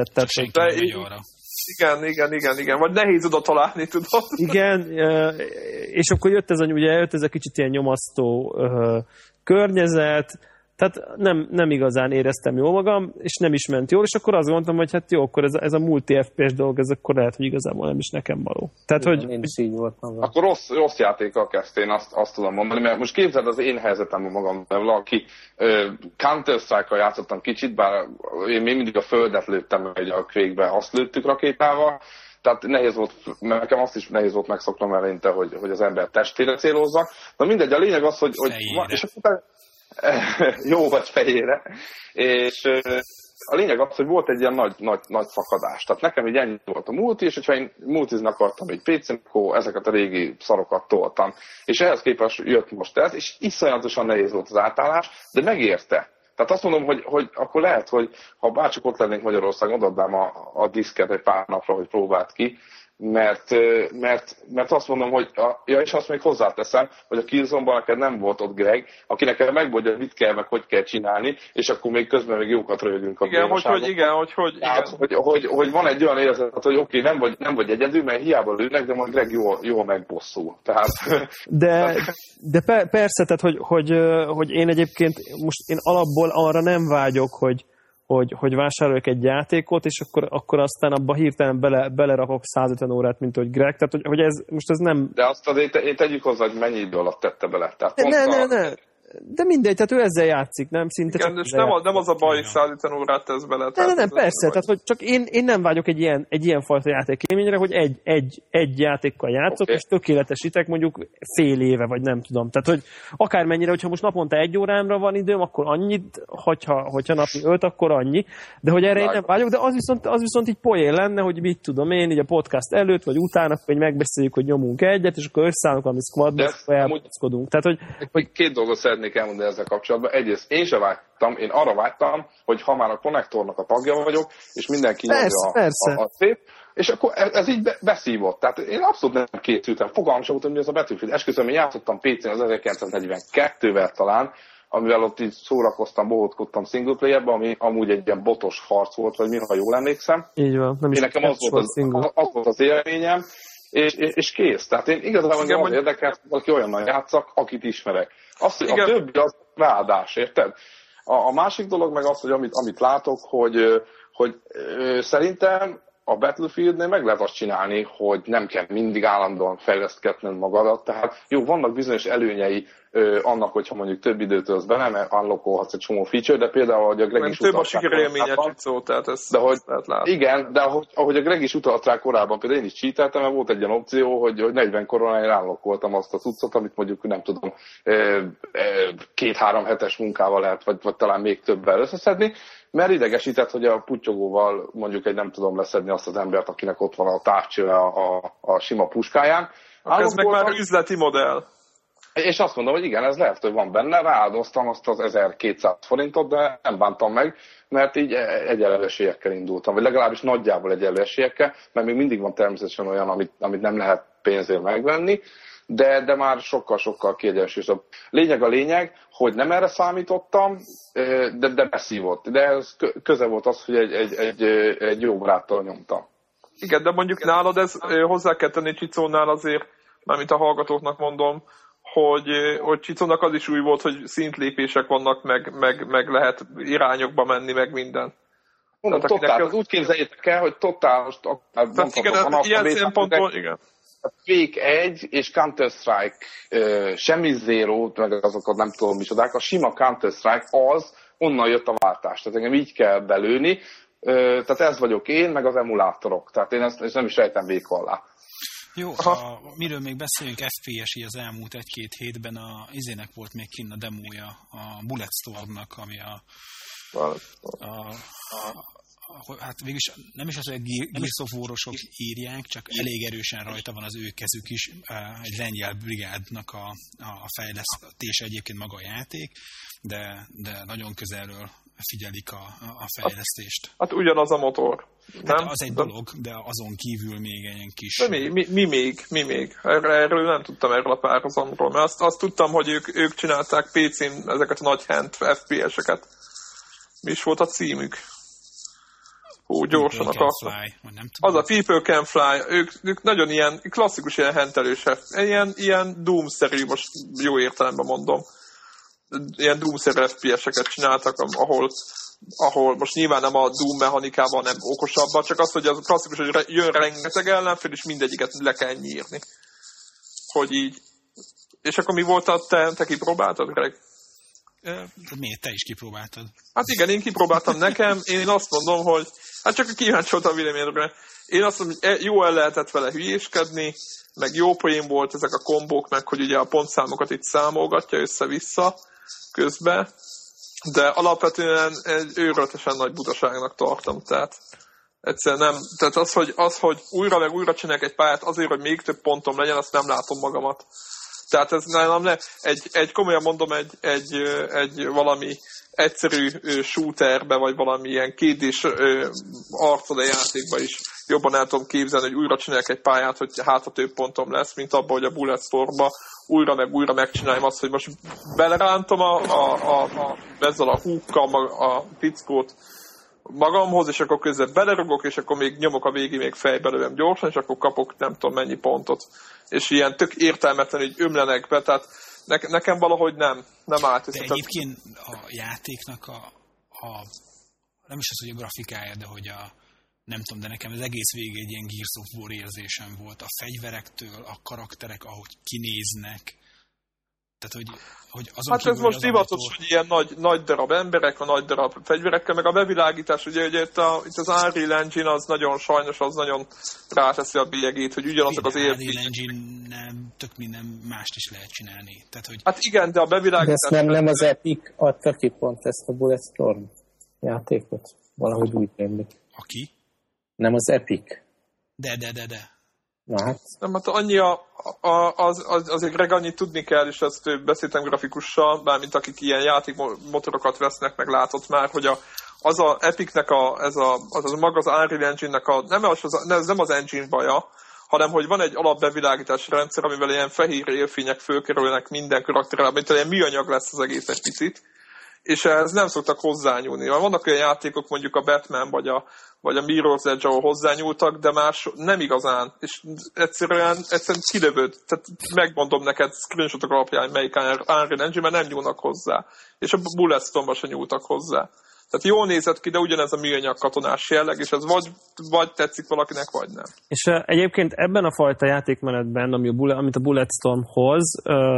Igen. Vagy nehéz oda találni, tudod. Igen, és akkor jött ez a kicsit ilyen nyomasztó környezet, tehát nem igazán éreztem jól magam, és nem is ment jól, és akkor azt gondoltam, hogy hát jó, akkor ez a multi FPS dolog, ez akkor lehet, hogy igazából nem is nekem való. Tehát, igen, hogy... Én is így voltam. Akkor rossz játékkal kezdte, én azt tudom mondani, mert most képzeld az én helyzetemben magam, aki Counter-Strike-kal játszottam kicsit, bár én még mindig a földet lőttem a Quake-be, azt lőttük rakétával, tehát nehéz volt, nekem azt is nehéz volt megszoknom eleinte, hogy az ember testére célozzak. Na mindegy, a lényeg az, hogy jó vagy fejére, és a lényeg az, hogy volt egy ilyen nagy szakadás. Tehát nekem így ennyi volt a multi, és hogyha én multizni akartam egy PC-n, akkor ezeket a régi szarokat toltam. És ehhez képest jött most ez, és iszonyatosan nehéz volt az átállás, de megérte. Tehát azt mondom, hogy akkor lehet, hogy ha bárcsak ott lennénk Magyarországon, odaadnám a diszket egy pár napra, hogy próbáld ki, mert azt mondom, hogy és azt még hozzáteszem, hogy a Killzone-ban neked nem volt ott Greg, aki neked megmondja, hogy mit kell, meg hogy kell csinálni, és akkor még közben még jókat röhögünk a hogy van egy olyan érzet, hogy oké, nem vagy egyedül, mert hiába lőnek, de majd Greg jól megbosszul. Tehát... De persze, tehát, hogy én egyébként most én alapból arra nem vágyok, hogy vásároljak egy játékot, és akkor aztán abba hirtelen belerakok 150 órát, mint hogy Greg. Tehát, hogy ez nem... De azt azért én tegyük hozzá, hogy mennyi idő alatt tette bele. Tehát ne. De mindegy, tehát ő ezzel játszik, nem? Szinte igen, és nem az a baj, hogy 150 órát tesz bele. Nem, persze, tehát hogy csak én nem vágyok egy ilyen fajta játékélményre, hogy egy játékkal játszok, és tökéletesítek mondjuk fél éve, vagy nem tudom. Tehát, hogy akármennyire, hogyha most naponta 1 órámra van időm, akkor annyit, hogyha napi 5, akkor annyi. De hogy erre én nem vágyok, de az viszont így poén lenne, hogy mit tudom én, így a podcast előtt, vagy utána, hogy megbeszéljük, hogy nyomunk egyet, és akkor összeállunk valami squadba, és akkor elmondkozkodunk. Tehát, hogy két dolgot szeretnék elmondani ezzel kapcsolatban. Egyrészt én se vágytam, én arra vágytam, hogy ha már a konnektornak a tagja vagyok, és mindenki nyomja a szép, és akkor ez így beszívott. Tehát én abszolút nem készültem. Fogalmam sem volt, hogy ez a Battlefield. Esküszöm, én játszottam PC-n az 1942-vel talán, amivel ott így szórakoztam, bohóckodtam single player-be, ami amúgy egy ilyen botos harc volt, vagy mi, ha jól emlékszem. Így van. Nem is nekem az volt az élményem, és kész. Tehát én igazából az érdekelt, aki olyannal játszak, akit ismerek. Azt, hogy a többi az ráadás, érted? A másik dolog meg az, hogy amit látok, hogy szerintem a Battlefieldnél meg lehet azt csinálni, hogy nem kell mindig állandóan fejlesztgetned magadat. Tehát jó, vannak bizonyos előnyei annak, hogyha mondjuk több időt töltsz bele, mert unlockolhatsz egy csomó feature, de például, ahogy a Greg is több a sikerélményes Csicó, tehát ezt lehet látni. Igen, de ahogy a Greg is utalt rá korábban, például én is cheateltem, mert volt egy ilyen opció, hogy 40 koronáig unlockoltam azt a cuccot, amit mondjuk nem tudom, 2-3 hetes munkával lehet, vagy talán még többel összeszedni, mert idegesített, hogy a puttyogóval mondjuk nem tudom leszedni azt az embert, akinek ott van a távcső a sima puskáján. Ez meg már üzleti modell. És azt mondom, hogy igen, ez lehet, hogy van benne, rááldoztam azt az 1200 forintot, de nem bántam meg, mert így egyenlő esélyekkel indultam, vagy legalábbis nagyjából egyenlő esélyekkel, mert még mindig van természetesen olyan, amit nem lehet pénzért megvenni, de már sokkal-sokkal kiegyensúlyosabb. Lényeg, hogy nem erre számítottam, de beszívott. De ez köze volt az, hogy egy jó baráttal nyomtam. Igen, de mondjuk nálad ez hozzá kell tenni Csicónál azért, mármint a hallgatóknak mondom, hogy Csicónak az is új volt, hogy szintlépések vannak, meg lehet irányokba menni, meg minden. Mondom, totál, úgy képzeljétek el, hogy totál most... Tehát igen, ilyen szempontból, igen. Quake 1 és Counter-Strike, semmi Zero, meg azokat nem tudom micsodák, a sima Counter-Strike az, onnan jött a váltás. Tehát engem így kell belőni, tehát ez vagyok én, meg az emulátorok. Tehát én ezt nem is rejtem véka alá. Jó, miről még beszéljünk, FPS-i az elmúlt 1-2 hétben izének volt még kinn a demója, a Bulletstormnak, ami hát végülis nem is az, hogy Gears of War-osok írják, csak elég erősen rajta van az ő kezük is, egy lengyel brigádnak a fejlesztése egyébként maga a játék, de nagyon közelről figyelik a fejlesztést. Hát ugyanaz a motor. Hát az egy dolog, de azon kívül még egy kis... De mi még? Erről nem tudtam, erről a párhuzamról, mert azt tudtam, hogy ők csinálták PC-n ezeket a nagy hand FPS-eket. Mi is volt a címük? Gyorsan akartam. Az a People Can Fly. Ők nagyon ilyen klasszikus ilyen hentelős, ilyen Doom-szerű, most jó értelemben mondom. Ilyen Doom-szerű FPS-eket csináltak, ahol most nyilván nem a Doom mechanikában, nem okosabban, csak az, hogy az klasszikus, hogy jön rengeteg ellenfél, és mindegyiket le kell nyírni. Hogy így. És akkor mi volt te kipróbáltad, Greg? Miért? Te is kipróbáltad? Hát igen, én kipróbáltam nekem, én azt mondom, hogy hát csak kíváncsi voltam a véleményedre. Én azt mondom, hogy jó el lehetett vele hülyéskedni, meg jó poén volt ezek a kombók, meg hogy ugye a pontszámokat itt számolgatja össze-vissza közben, de alapvetően egy őrületesen nagy butaságnak tartom, tehát egyszerűen nem, tehát az, hogy újra meg újra csinálják egy pályát azért, hogy még több pontom legyen, azt nem látom magamat Tehát ez nálam komolyan mondom, egy valami egyszerű shooterbe, vagy valami ilyen 2D-s arcod a játékba is jobban el tudom képzelni, hogy újra csinálják egy pályát, hogy hát a több pontom lesz, mint abban, hogy a Bulletstormba újra megcsináljam azt, hogy most belerántom ezzel a húkkal a fickót magamhoz, és akkor közben belerugok, és akkor még nyomok a végig, még fejbe lövöm gyorsan, és akkor kapok nem tudom mennyi pontot. És ilyen tök értelmetlen, hogy ömlenek be, tehát nekem valahogy nem állt. De egyébként a játéknak nem is az, hogy a grafikája, de hogy nem tudom, de nekem az egész végig egy ilyen Gears of War érzésem volt. A fegyverektől, a karakterek, ahogy kinéznek. Tehát, hogy azon hát ez most divatos, hogy ilyen nagy darab emberek, a nagy darab fegyverekkel, meg a bevilágítás, ugye itt az Unreal Engine az nagyon sajnos, az nagyon ráteszi a bélyegét, hogy ugyanazok az érvények. Unreal Engine tök minden mást is lehet csinálni. Tehát, hogy... Hát igen, de a bevilágítás... De nem az Epic adta ki pont ezt a Bulletstorm játékot? Valahogy úgy emlik. Aki? Nem az Epic. De. Na hát. Nem, hát annyi azért Greg annyit tudni kell, és ezt beszéltem grafikussal, bármint akik ilyen játékmotorokat vesznek, meg látott már, hogy az a Epicnek az maga az Unreal Engine-nek ez nem az engine baja, hanem hogy van egy alapbevilágítási rendszer, amivel ilyen fehér élfények fölkerülnek minden karakterrel, mint ilyen műanyag lesz az egész egy picit, és ehhez nem szoktak hozzányúlni. Vannak olyan játékok, mondjuk a Batman vagy a Mirror's Edge, ahol hozzányúltak, de más nem igazán. És egyszerűen kilövöd. Tehát megmondom neked screenshotok alapján, melyik Unreal Engine, mert nem nyúlnak hozzá. És a Bulletstormba sem nyúltak hozzá. Tehát jól nézett ki, de ugyanez a műanyag katonás jelleg, és ez vagy tetszik valakinek, vagy nem. És egyébként ebben a fajta játékmenetben, amit a Bulletstorm hoz,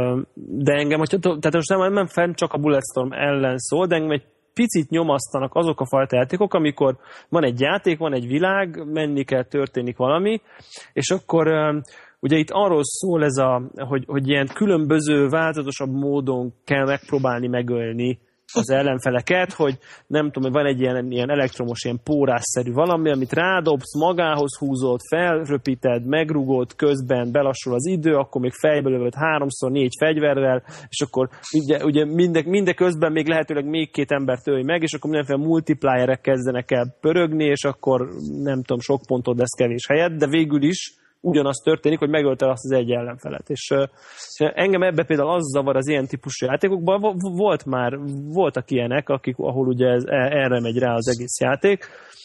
de engem, tehát most nem fenn csak a Bulletstorm ellen szól, de engem egy picit nyomasztanak azok a fajta játékok, amikor van egy játék, van egy világ, menni kell, történik valami, és akkor ugye itt arról szól ez hogy ilyen különböző, változatosabb módon kell megpróbálni megölni az ellenfeleket, hogy nem tudom, hogy van egy ilyen elektromos, ilyen pórásszerű valami, amit rádobsz, magához húzod, felröpíted, megrugod, közben belassul az idő, akkor még fejbe lövöd 3-4 fegyverrel, és akkor ugye mindeközben még lehetőleg még 2 embert ölj meg, és akkor mindenféle multiplierek kezdenek el pörögni, és akkor nem tudom, sok pontod lesz kevés helyet, de végül is ugyanaz történik, hogy megölte azt az egy ellenfelet. És engem ebbe például az zavar az ilyen típusú játékokban, voltak ilyenek, ahol ugye erre megy rá az egész játék,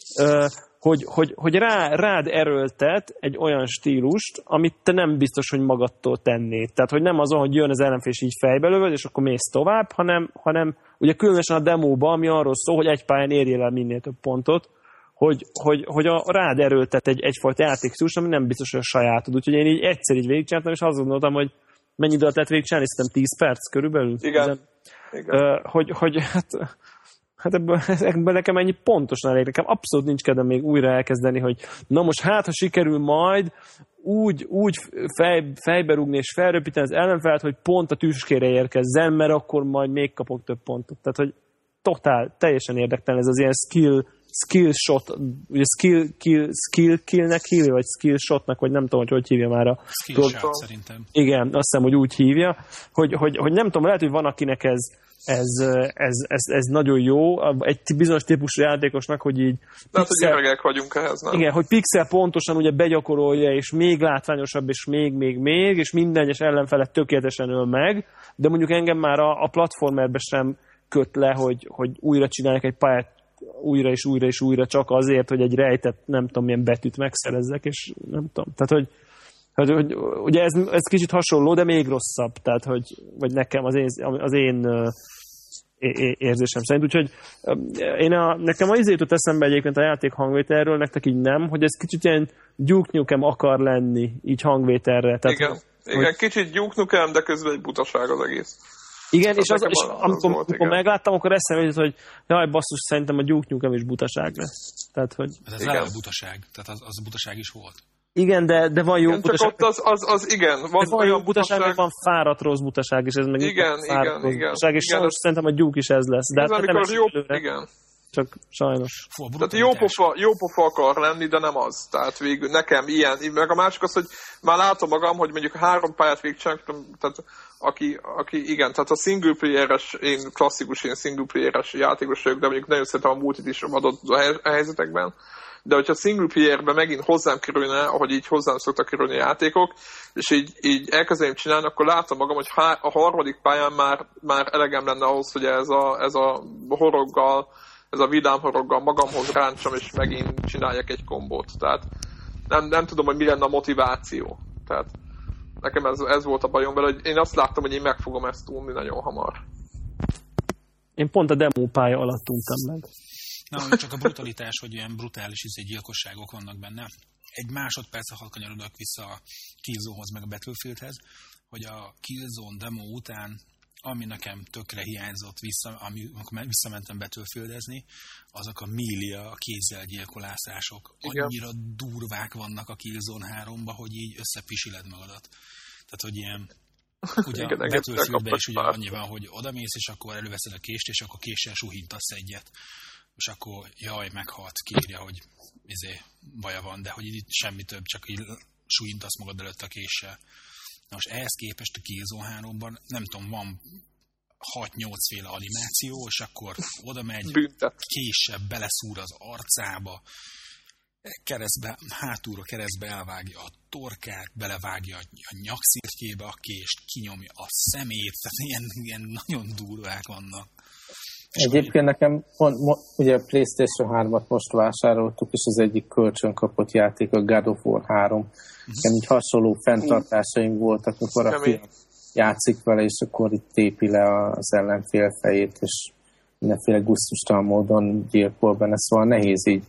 hogy rád erőltet egy olyan stílust, amit te nem biztos, hogy magadtól tennéd. Tehát, hogy nem azon, hogy jön az ellenfél és így fejbe lövöd, és akkor mész tovább, hanem ugye különösen a demóban, ami arról szól, hogy egy pályán érjél el minél több pontot, hogy rád erőltet egyfajta játékstílus, ami nem biztos, hogy a sajátod. Úgyhogy én így egyszer így végigcsináltam, és azt gondoltam, hogy mennyi időt lehet végigcsinálni, szerintem 10 perc körülbelül. Igen. Hogy hát ebből nekem ennyi pontosan elég. Nekem abszolút nincs kedvem még újra elkezdeni, hogy na most ha sikerül majd úgy fejbe rúgni és felröpíteni az ellenfelet, hogy pont a tüskére érkezzen, mert akkor majd még kapok több pontot. Tehát, hogy teljesen érdektelen ez az ilyen skill shot, ugye skill killnek hívja, vagy skill shotnak, vagy nem tudom, hogy hívja már a... Skill shot szerintem. Igen, azt hiszem, hogy úgy hívja, hogy nem tudom, lehet, hogy van, akinek ez nagyon jó, egy bizonyos típusú játékosnak, hogy így... Tehát, hogy gyerekek vagyunk ehhez, nem? Igen, hogy pixel pontosan ugye begyakorolja, és még látványosabb, és még, és minden egyes ellenfelet tökéletesen öl meg, de mondjuk engem már a platformerbe sem köt le, hogy újra csinálják egy pályát újra és újra csak azért, hogy egy rejtett, nem tudom, milyen betűt megszerezzek, és nem tudom. Tehát, hogy ugye ez kicsit hasonló, de még rosszabb. Tehát, vagy nekem az én érzésem szerint. Úgyhogy nekem az jutott eszembe egyébként a játék hangvételről, nektek így nem, hogy ez kicsit ilyen Duke Nukem akar lenni, így hangvételre. Tehát, igen, kicsit Duke Nukem, de közben egy butaság az egész. Igen, és amikor megláttam, akkor eszembe jutott, hogy jaj, basszus, szerintem a Duke Nukem is butaság lesz. Tehát, hogy... Ez nem butaság, tehát az butaság is volt. Igen, de van jó butaság. Csak ott az igen. Van jó butaság, meg van fáradt rossz butaság, és ez meg igen. butaság, és sajnos szerintem a Duke is ez lesz. De hát nem jó, igen. csak sajnos. Tehát jó pofa akar lenni, de nem az. Tehát végül nekem ilyen, meg a másik az, hogy már látom magam, hogy mondjuk 3 pályát végigcsináltam, tehát aki igen, tehát a single playeres, klasszikus single playeres játékos vagyok, de mondjuk nagyon szeretem a multit is adott a helyzetekben. De hogyha single playerben megint hozzám kerülne, ahogy így hozzám szoktak kerülni a játékok, és így elkezdeném csinálni, akkor látom magam, hogy a harmadik pályán már elegem lenne ahhoz, hogy ez a horoggal, ez a vidámhoroggal magamhoz ráncsam, és megint csináljak egy kombót. Tehát nem tudom, hogy mi lenne a motiváció. Tehát nekem ez volt a bajom vele, hogy én azt láttam, hogy én meg fogom ezt tudni nagyon hamar. Én pont a demo pálya alatt tudtam meg. Na, csak a brutalitás, hogy ilyen brutális gyilkosságok vannak benne. Egy másodperc, ha kanyarodok vissza a Killzone-hoz, meg a Battlefieldhez, hogy a Killzone demo után, ami nekem tökre hiányzott, amikor visszamentem Battlefieldezni, azok a millia, a kézzel gyilkolászások. Annyira durvák vannak a Killzone 3-ba, hogy így összepisiled magadat. Tehát, hogy ilyen... Ugye a Battlefieldben is ugye annyi van, hogy odamész, és akkor előveszed a kést, és akkor késsel suhintasz egyet. És akkor jaj, meghalt, kírja, hogy baja van, de hogy itt semmi több, csak így súlyintasz magad előtt a késsel. Na most ehhez képest a Killzone 3-ban, nem tudom, van 6-8 féle animáció, és akkor oda megy, késsel beleszúr az arcába, hátulra keresztbe elvágja a torkát, belevágja a nyakszirtjébe a kést, kinyomja a szemét, tehát ilyen nagyon durvák vannak. Egyébként nekem, ugye a PlayStation 3-at most vásároltuk, és az egyik kölcsön kapott játék a God of War 3. Nekem így hasonló fenntartásaim voltak, amikor a film játszik vele, és akkor itt tépi le az ellenfél fejét, és mindenféle gusztustalan módon gyilkol benne, szóval nehéz így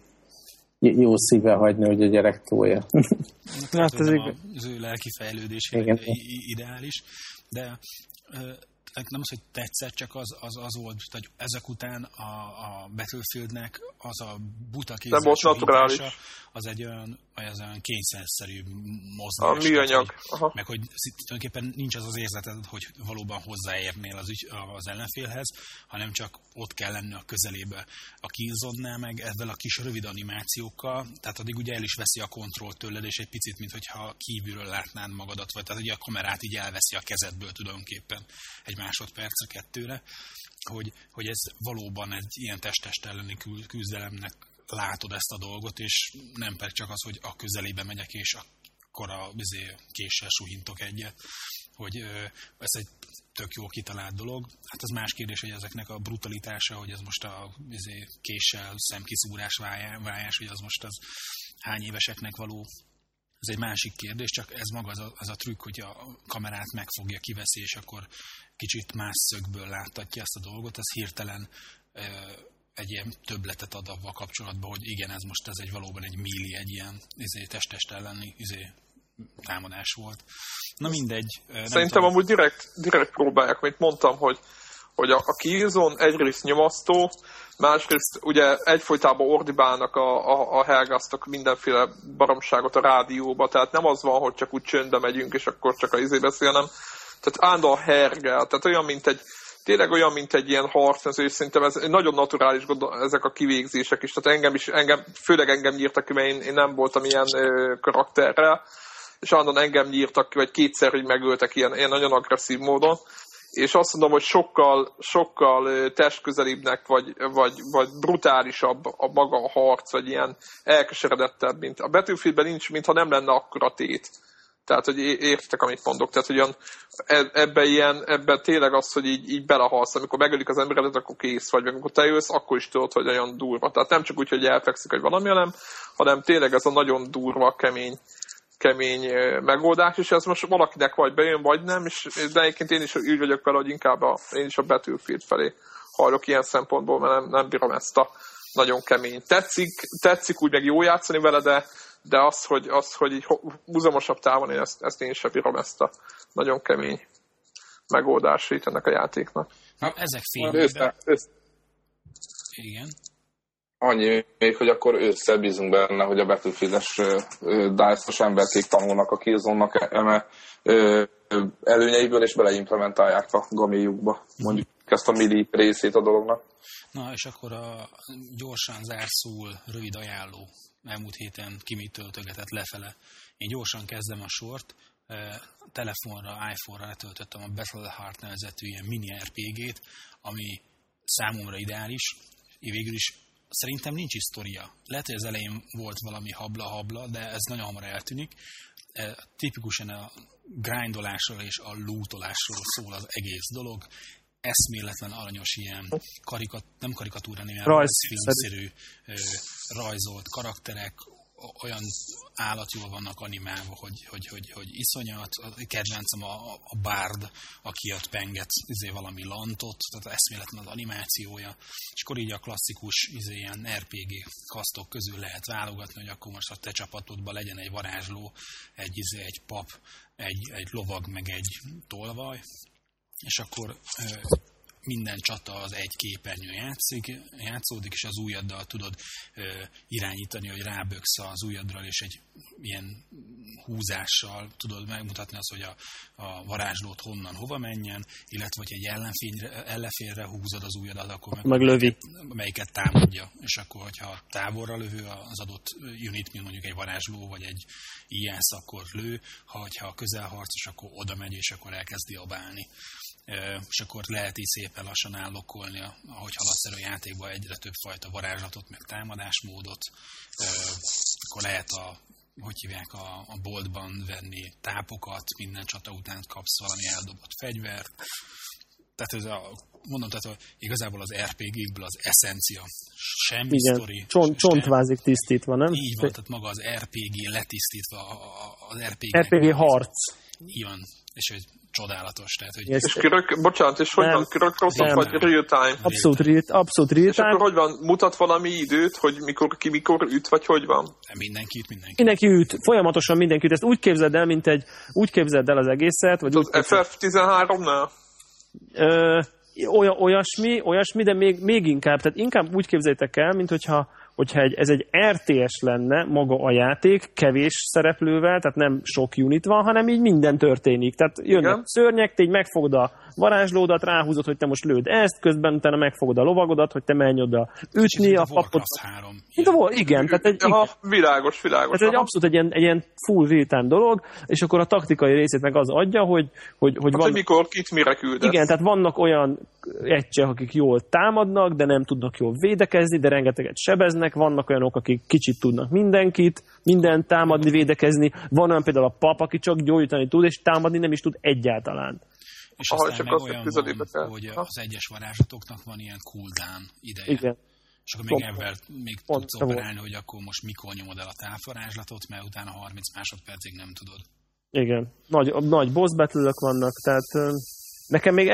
jó szíve hagyni, hogy a gyerek tolja. Hát az ő lelki fejlődésére ideális, de nem az, hogy tetszett, csak az volt, hogy ezek után a Battlefieldnek az a buta kézzelsuhintása az egy olyan kényszerszerű mozdulás. A műanyag. Meg hogy tulajdonképpen nincs az érzleted, hogy valóban hozzáérnél az ellenfélhez, hanem csak ott kell lenni a közelébe. A Killzone-nál meg ezzel a kis rövid animációkkal, tehát addig ugye el is veszi a kontrollt tőled, és egy picit, mintha kívülről látnád magadat, vagy tehát ugye a kamerát így elveszi a kezedből tulajdonképpen egy másodpercre, 2-re, hogy ez valóban egy ilyen test-test elleni küzdelemnek látod ezt a dolgot, és nem pedig csak az, hogy a közelébe megyek, és akkor a késsel suhintok egyet, hogy ez egy tök jó kitalált dolog. Hát az más kérdés, hogy ezeknek a brutalitása, hogy ez most a késsel szemkiszúrás vájás, hogy az most az hány éveseknek való, ez egy másik kérdés, csak ez maga az a trükk, hogy a kamerát megfogja, kiveszi, és akkor kicsit más szögből láttatja ezt a dolgot, ez hirtelen egy ilyen többletet ad avval kapcsolatban, hogy igen, ez most egy valóban egy milli, egy ilyen test-test elleni támadás volt. Na mindegy. Szerintem amúgy direkt próbálják, mint mondtam, hogy a Killzone egyrészt nyomasztó, másrészt ugye egyfolytában ordibálnak a hergasztok mindenféle baromságot a rádióba, tehát nem az van, hogy csak úgy csöndbe megyünk, és akkor csak a beszél, hanem tehát állandóan hergel, tehát tényleg olyan, mint egy ilyen harc, és szerintem ez nagyon naturális ezek a kivégzések is, tehát főleg engem nyírtak ki, mert én nem voltam ilyen karakterrel, és állandóan engem nyírtak ki, vagy kétszer, hogy megöltek ilyen nagyon agresszív módon, és azt mondom, hogy sokkal testközelíbbnek, vagy brutálisabb a maga a harc, vagy ilyen elkeseredettebb, mint a Battlefieldben nincs, mintha nem lenne akkora tét. Tehát, hogy értitek, amit mondok. Tehát, hogy ebben tényleg az, hogy így belehalsz, amikor megölik az emberedet, akkor kész vagy, amikor te jössz, akkor is tudod, hogy olyan durva. Tehát nem csak úgy, hogy elfekszik, hogy valami, hanem tényleg ez a nagyon durva, kemény megoldás, és ez most valakinek vagy bejön, vagy nem, de egyébként én is úgy vagyok vele, hogy inkább én is a Battlefield felé hajlok ilyen szempontból, mert nem bírom ezt a nagyon kemény. Tetszik úgy meg jó játszani vele, de az, hogy így húzamosabb távon ezt én sem bírom, ezt a nagyon kemény megoldásait ennek a játéknak. Na, ezek fényében... Igen. Annyi még, hogy akkor ősszel bízunk benne, hogy a Battlefield-es DICE-os emberkék tanulnak a Killzone-nak előnyeiből, és beleimplementálják a gaméjukba, mondjuk. ezt a milli részét a dolognak. Na, és akkor a gyorsan zárszól rövid ajánló. Elmúlt héten ki mit töltögetett lefele. Én gyorsan kezdem a sort. Telefonra, iPhone-ra letöltöttem a Battleheart nevezetű ilyen mini RPG-t, ami számomra ideális. Végül is szerintem nincs is sztoria. Lehet, hogy az elején volt valami habla-habla, de ez nagyon hamar eltűnik. Tipikusan a grindolásról és a lootolásról szól az egész dolog. Eszméletlen aranyos ilyen nem karikatúra, hanem rajzfilmszerű rajzolt karakterek, olyan állat jól vannak animálva, hogy iszonyat. Kedvencem a bárd, aki ott penget valami lantot, tehát eszméletlen az animációja. És akkor így a klasszikus ilyen RPG kasztok közül lehet válogatni, hogy akkor most a te csapatodban legyen egy varázsló, egy pap, egy lovag, meg egy tolvaj. És akkor minden csata az egy képernyőn játszódik, és az ujjaddal tudod irányítani, hogy ráböksz az ujjadról, és egy ilyen húzással tudod megmutatni azt, hogy a varázslót honnan hova menjen, illetve hogy egy ellenfélre húzod az ujjadat, akkor meg lövi. Melyiket támadja. És akkor, hogyha távolra lövő az adott unit, mint mondjuk egy varázsló, vagy egy IS, akkor lő, ha közelharcos, akkor oda megy, és akkor elkezdi abálni. És akkor lehet így szépen lassan állokkolni, ahogy haladsz el a játékba, egyre több fajta varázslatot, meg támadásmódot. Akkor lehet a boltban venni tápokat, minden csata után kapsz valami eldobott fegyvert. Tehát tehát igazából az RPG-ből az eszencia. Semmi sztori. Csontvázik tisztítva, nem? Így van, tehát maga az RPG letisztítva, az RPG harc. Így van, és hogy csodálatos. Tehát, hogy és hogy van, kirökkroszok, vagy real time? Abszolút real time. És akkor hogy van, mutat valami időt, hogy mikor üt, vagy hogy van? Mindenki üt, folyamatosan mindenki üt. Ezt úgy képzeld el, úgy képzeld el az egészet, vagy az FF13-nál? Olyasmi, de még inkább, tehát inkább úgy képzeljétek el, mint hogyha ez egy RTS lenne maga a játék, kevés szereplővel, tehát nem sok unit van, hanem így minden történik. Tehát jönnek szörnyek, te így megfogod a varázslódat, ráhúzod, hogy te most lőd ezt, közben utána megfogod a lovagodat, hogy te menj oda ütni, a papot. Igen, tehát világos. Tehát egy abszolút egy ilyen full real-time dolog, és akkor a taktikai részét meg az adja, hogy van... mikor kit mire küldesz. Igen, tehát vannak olyan egységek, akik jól támadnak, de nem tudnak jól védekezni, de rengeteget sebeznek, vannak olyanok, akik kicsit tudnak mindent támadni, védekezni, van olyan például a pap, aki csak gyógyítani tud, és támadni nem is tud egyáltalán. És aztán meg olyan van, hogy az egyes varázslatoknak van ilyen cooldown ideje. Igen. És akkor még tudsz operálni, hogy akkor most mikor nyomod el a távvarázslatot, mert utána 30 másodpercig nem tudod. Igen. Nagy boss battle-ök vannak, tehát nekem még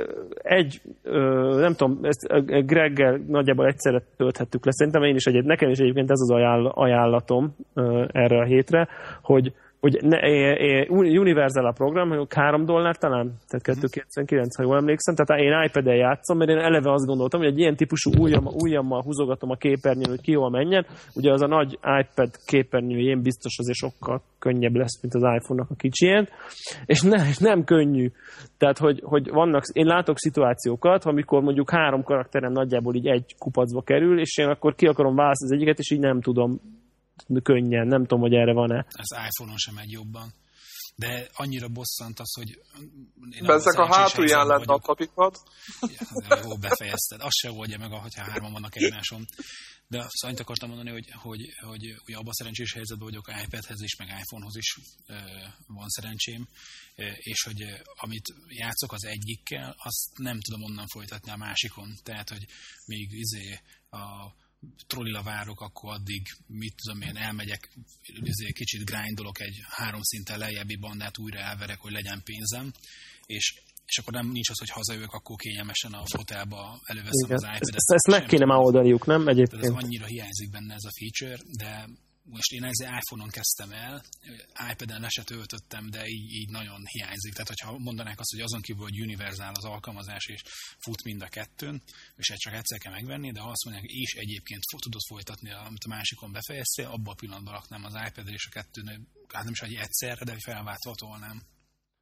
nem tudom, ezt Greggel nagyjából egyszerre tölthettük le. Szerintem nekem is egyébként ez az ajánlatom erre a hétre, hogy Universal a program, $3 talán, tehát 2,99, ha jól emlékszem, tehát én iPad-el játszom, mert én eleve azt gondoltam, hogy egy ilyen típusú ujjammal húzogatom a képernyőn, hogy ki hol menjen. Ugye az a nagy iPad képernyőjén biztos azért sokkal könnyebb lesz, mint az iPhone-nak a kicsijén, és nem könnyű. Tehát, hogy vannak, én látok szituációkat, amikor mondjuk 3 karakterem nagyjából így egy kupacba kerül, és én akkor ki akarom választani az egyiket, és így nem tudom könnyen, nem tudom, hogy erre van-e. Az iPhone-on sem megy jobban. De annyira bosszant az, hogy... Ezek a hátulján lett a tapikat. Jó, befejezted. Azt se oldja meg, hogyha 3 vannak egymáson. De azt annyit akartam mondani, hogy ugye abban szerencsés helyzetben vagyok, iPadhez is, meg iPhonehoz is van szerencsém, és hogy amit játszok az egyikkel, azt nem tudom onnan folytatni a másikon. Tehát, hogy még a trollira várok, akkor addig, mit tudom én, elmegyek, kicsit grindolok egy 3 szinten lejjebbi bandát, újra elverek, hogy legyen pénzem, és akkor nincs az, hogy hazajövök, akkor kényelmesen a fotelba előveszem az iPad-et. Ezt meg kéne már oldaniuk, nem? Egyébként. Ez annyira hiányzik benne ez a feature, de most én ezzel iPhone-on kezdtem el, iPad-en le se töltöttem, de így nagyon hiányzik. Tehát, hogyha mondanák azt, hogy azon kívül, hogy Universal az alkalmazás, és fut mind a kettőn, és csak egyszer kell megvenni, de ha azt mondják, és egyébként tudod folytatni, amit a másikon befejeztél, abban a pillanatban raknám az iPad-re és a kettőn, hát nem is egy egyszerre, de felváltva tolnám.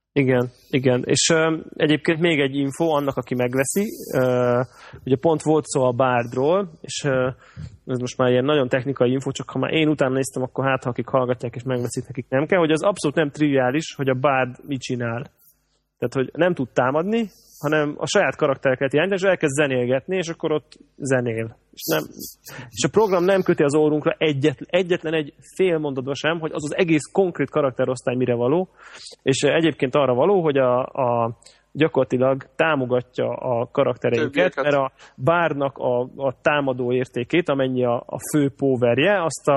Igen. És egyébként még egy info annak, aki megveszi. Ugye pont volt szó a Bardról, és ez most már ilyen nagyon technikai info, csak ha már én utána néztem, akkor hát, ha akik hallgatják és megveszik, nekik nem kell, hogy az abszolút nem triviális, hogy a Bard mit csinál. Tehát, hogy nem tud támadni, hanem a saját karaktereket jelent, és elkezd zenélgetni, és akkor ott zenél. És a program nem köti az órunkra egyetlen egy fél mondatba sem, hogy az egész konkrét karakterosztály mire való, és egyébként arra való, hogy gyakorlatilag támogatja a karaktereinket, mert a Bardnak a támadó értékét, amennyi a fő powerje, azt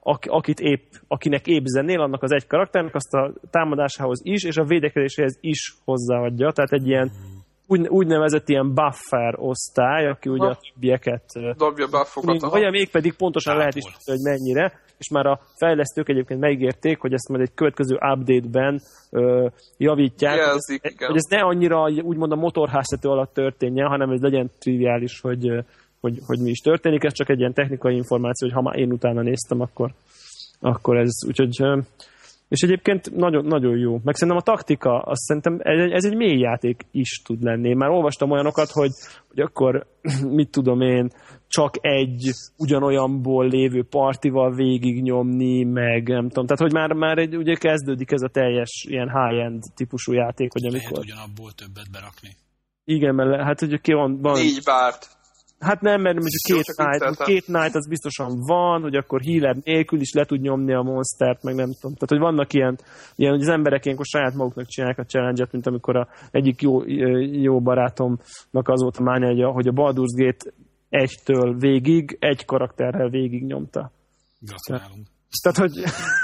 akinek épp zenél, annak az egy karakternek, azt a támadásához is, és a védekezéséhez is hozzáadja. Tehát egy ilyen úgynevezett ilyen buffer osztály, aki ugye a többieket dobja buffokat. Vagy mégpedig pontosan lehet is, hogy mennyire, és már a fejlesztők egyébként megígérték, hogy ezt majd egy következő update-ben javítják, jelzik, hogy ez ne annyira úgymond a motorháztető alatt történjen, hanem ez legyen triviális, hogy mi is történik. Ez csak egy ilyen technikai információ, hogy ha már én utána néztem, akkor ez úgyhogy... És egyébként nagyon, nagyon jó. Meg szerintem a taktika, azt szerintem ez egy mély játék is tud lenni. Már olvastam olyanokat, hogy akkor, mit tudom én, csak egy ugyanolyanból lévő partival végignyomni, meg nem tudom. Tehát, hogy már ugye kezdődik ez a teljes ilyen high-end típusú játék, hogy amikor... Lehet ugyanabból többet berakni. Igen, mert hát ugye van... 4 bárt. Hát nem, mert két night az biztosan van, hogy akkor healer nélkül is le tud nyomni a monstert, meg nem tudom. Tehát, hogy vannak ilyen hogy az emberek ilyenkor saját maguknak csinálják a challenge-et, mint amikor egyik jó barátomnak az volt a mánia, hogy a Baldur's Gate 1-től végig egy karakterrel végig nyomta. Gratulálunk. Tehát, hogy...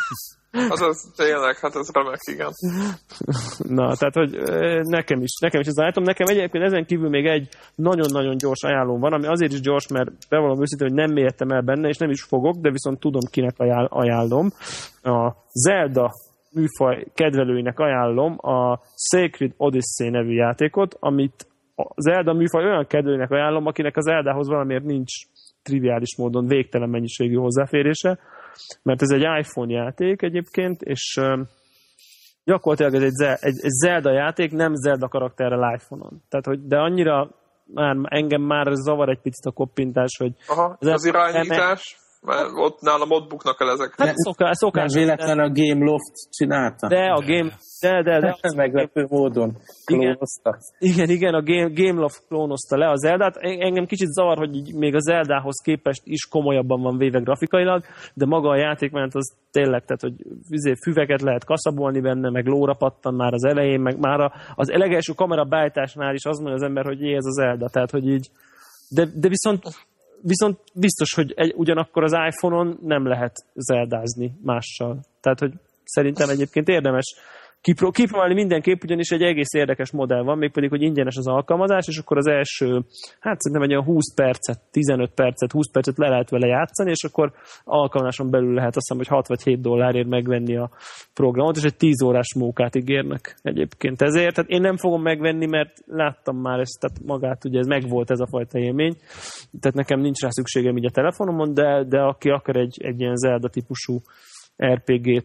Az tényleg, hát ez remek, igen. Na, tehát, hogy nekem is ez állítom. Nekem egyébként ezen kívül még egy nagyon-nagyon gyors ajánlóm van, ami azért is gyors, mert bevallom őszintén, hogy nem mélyedtem el benne, és nem is fogok, de viszont tudom, kinek ajánlom. A Zelda műfaj kedvelőinek ajánlom a Sacred Odyssey nevű játékot, amit a Zelda műfaj olyan kedvelőinek ajánlom, akinek az Zeldához valamiért nincs triviális módon végtelen mennyiségű hozzáférése, mert ez egy iPhone játék egyébként, és gyakorlatilag ez egy Zelda játék, nem Zelda karakterrel iPhone-on. Tehát, hogy, de annyira engem már zavar egy picit a koppintás, hogy... Aha, az irányítás, mert ott nálam ott buknak el ezek. Hát szokás. Nem véletlenül a Gameloft csinálta? De. Meglepő módon klónozta. Igen, a Gameloft klónozta le a Zeldát. Engem kicsit zavar, hogy még a Zeldához képest is komolyabban van véve grafikailag, de maga a játékmenet az tényleg, tehát, hogy füveket lehet kaszabolni benne, meg lóra pattan már az elején, meg már az legelső kamera beállításnál is azt mondja az ember, hogy ez a Zelda, tehát, hogy így, de viszont biztos, hogy ugyanakkor az iPhone-on nem lehet zeldázni mással. Tehát, hogy szerintem egyébként érdemes kipróbálni mindenképp, ugyanis egy egész érdekes modell van, mégpedig, hogy ingyenes az alkalmazás, és akkor az első, hát szerintem egy olyan 20 percet, 15 percet, 20 percet le lehet vele játszani, és akkor alkalmazáson belül lehet azt hiszem, hogy 6 vagy 7 dollárért megvenni a programot, és egy 10 órás mókát ígérnek egyébként ezért. Tehát én nem fogom megvenni, mert láttam már ezt, tehát magát, ugye ez megvolt ez a fajta élmény, tehát nekem nincs rá szükségem így a telefonomon, de aki akar egy ilyen Zelda típusú RPG-t,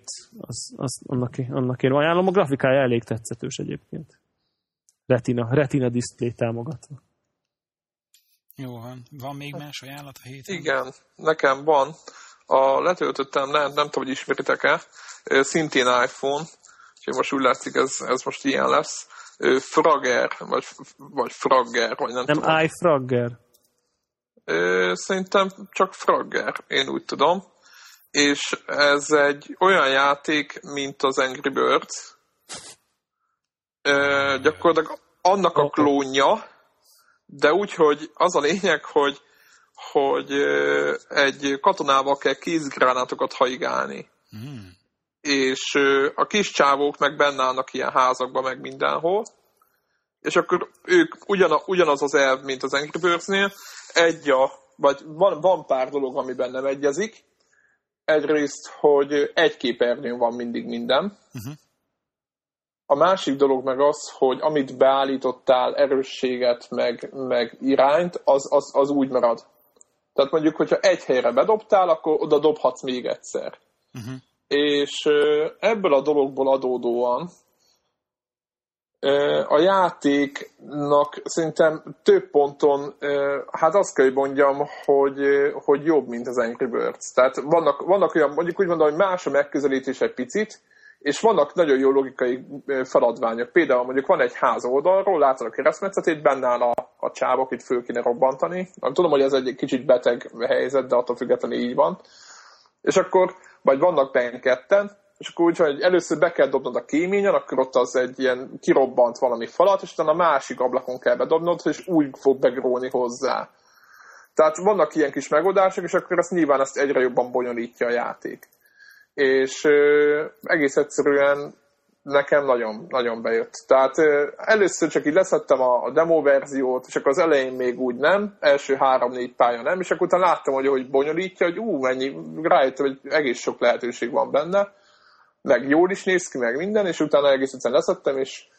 annak én ajánlom. A grafikája elég tetszetős egyébként. Retina display támogatva. Jó van. Van még más ajánlat a héten? Igen, nekem van. Letöltöttem, nem tudom, hogy ismeritek-e, szintén iPhone, úgyhogy most úgy látszik, ez most ilyen lesz. Frogger, vagy Frogger, vagy nem tudom. Nem iFrogger? Szerintem csak Frogger, én úgy tudom. És ez egy olyan játék, mint az Angry Birds. Gyakorlatilag annak a klónja, de úgy, hogy az a lényeg, hogy egy katonával kell kézgránátokat hajigálni. És a kis csávók meg benne állnak ilyen házakban, meg mindenhol. És akkor ők ugyanaz az elv, mint az Angry Birds-nél. Vagy van pár dolog, amiben nem egyezik. Egyrészt, hogy egy képernyőn van mindig minden. A másik dolog meg az, hogy amit beállítottál, erősséget, meg irányt, az úgy marad. Tehát mondjuk, hogyha egy helyre bedobtál, akkor oda dobhatsz még egyszer. És ebből a dologból adódóan A játéknak szerintem több ponton, hát azt kell, hogy mondjam, hogy jobb, mint az Angry Birds. Tehát vannak olyan, mondjuk úgy mondom, hogy más a megközelítés egy picit, és vannak nagyon jó logikai feladványok. Például mondjuk van egy ház oldalról, látod a keresztmetszetét, benne áll a csávok, itt föl kéne robbantani. Tudom, hogy ez egy kicsit beteg helyzet, de attól függetlenül így van. És akkor, vagy vannak benne ketten, és akkor úgy, hogy először be kell dobnod a kéményen, akkor ott az egy ilyen kirobbant valami falat, és utána a másik ablakon kell bedobnod, és úgy fog begróni hozzá. Tehát vannak ilyen kis megoldások, és akkor ezt egyre jobban bonyolítja a játék. És egész egyszerűen nekem nagyon, nagyon bejött. Tehát először csak így leszettem a demo verziót, és akkor az elején még úgy nem, első 3-4 pálya nem, és akkor utána láttam, hogy bonyolítja, hogy mennyi, rájöttem, hogy egész sok lehetőség van benne, meg jól is néz ki, meg minden, és utána egész egyszerűen leszettem,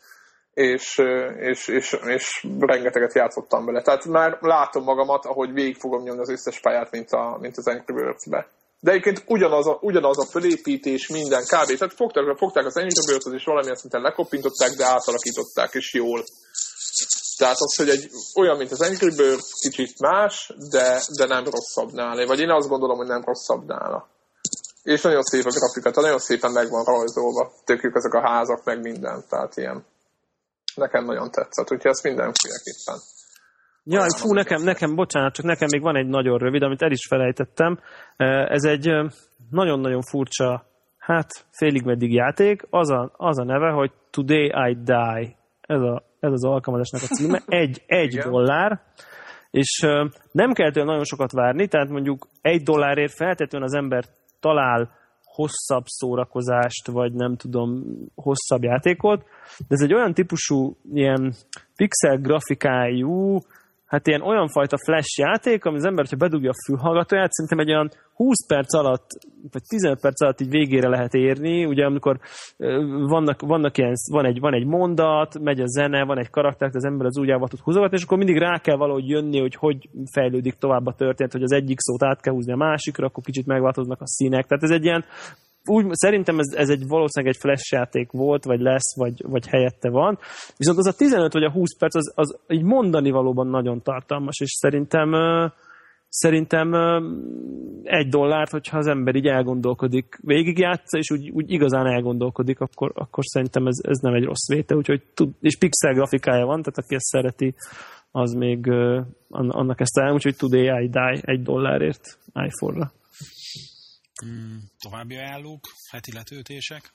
és rengeteget játszottam bele. Tehát már látom magamat, ahogy végig fogom nyomni az összes pályát, mint az Angry Birds-be. De egyébként ugyanaz a fölépítés, minden kb. Tehát fogták az Angry Birds-ot, és valamilyen szinten lekoppintották, de átalakították, és jól. Tehát az, hogy olyan, mint az Angry Birds, kicsit más, de nem rosszabb nála. Vagy én azt gondolom, hogy nem rosszabb nála. És nagyon szép a grafika, tehát nagyon szépen meg van rajzolva. Tökjük ezek a házak, meg minden. Tehát ilyen. Nekem nagyon tetszett, úgyhogy ezt mindenféleképpen. Jaj, fú, nekem, bocsánat, csak nekem még van egy nagyon rövid, amit el is felejtettem. Ez egy nagyon-nagyon furcsa, félig meddig játék. Az a neve, hogy Today I Die. Ez az alkalmazásnak a címe. Egy $1, és nem kell tőle nagyon sokat várni, tehát mondjuk $1 feltétlenül az ember talál hosszabb szórakozást, vagy nem tudom, hosszabb játékot, de ez egy olyan típusú, ilyen pixel grafikájú, ilyen olyan fajta flash játék, ami az ember, hogyha bedugja a fülhallgatóját, szerintem egy olyan 20 perc alatt, vagy 15 perc alatt így végére lehet érni, ugye amikor vannak ilyen, van egy mondat, megy a zene, van egy karakter, az ember az ujjával tud húzogatni, és akkor mindig rá kell valahogy jönni, hogy fejlődik tovább a történet, hogy az egyik szót át kell húzni a másikra, akkor kicsit megváltoznak a színek. Tehát ez egy ilyen, szerintem ez valószínűleg egy flash játék volt, vagy lesz, vagy helyette van. Viszont az a 15 vagy a 20 perc, az így mondani valóban nagyon tartalmas, és szerintem $1, hogyha az ember így elgondolkodik, végigjátsza, és úgy igazán elgondolkodik, akkor szerintem ez nem egy rossz vétel, úgyhogy és pixel grafikája van, tehát aki ezt szereti, az még annak ezt el, úgyhogy Today I Die $1 iPhone-ra. További ajánlók, heti letöltések?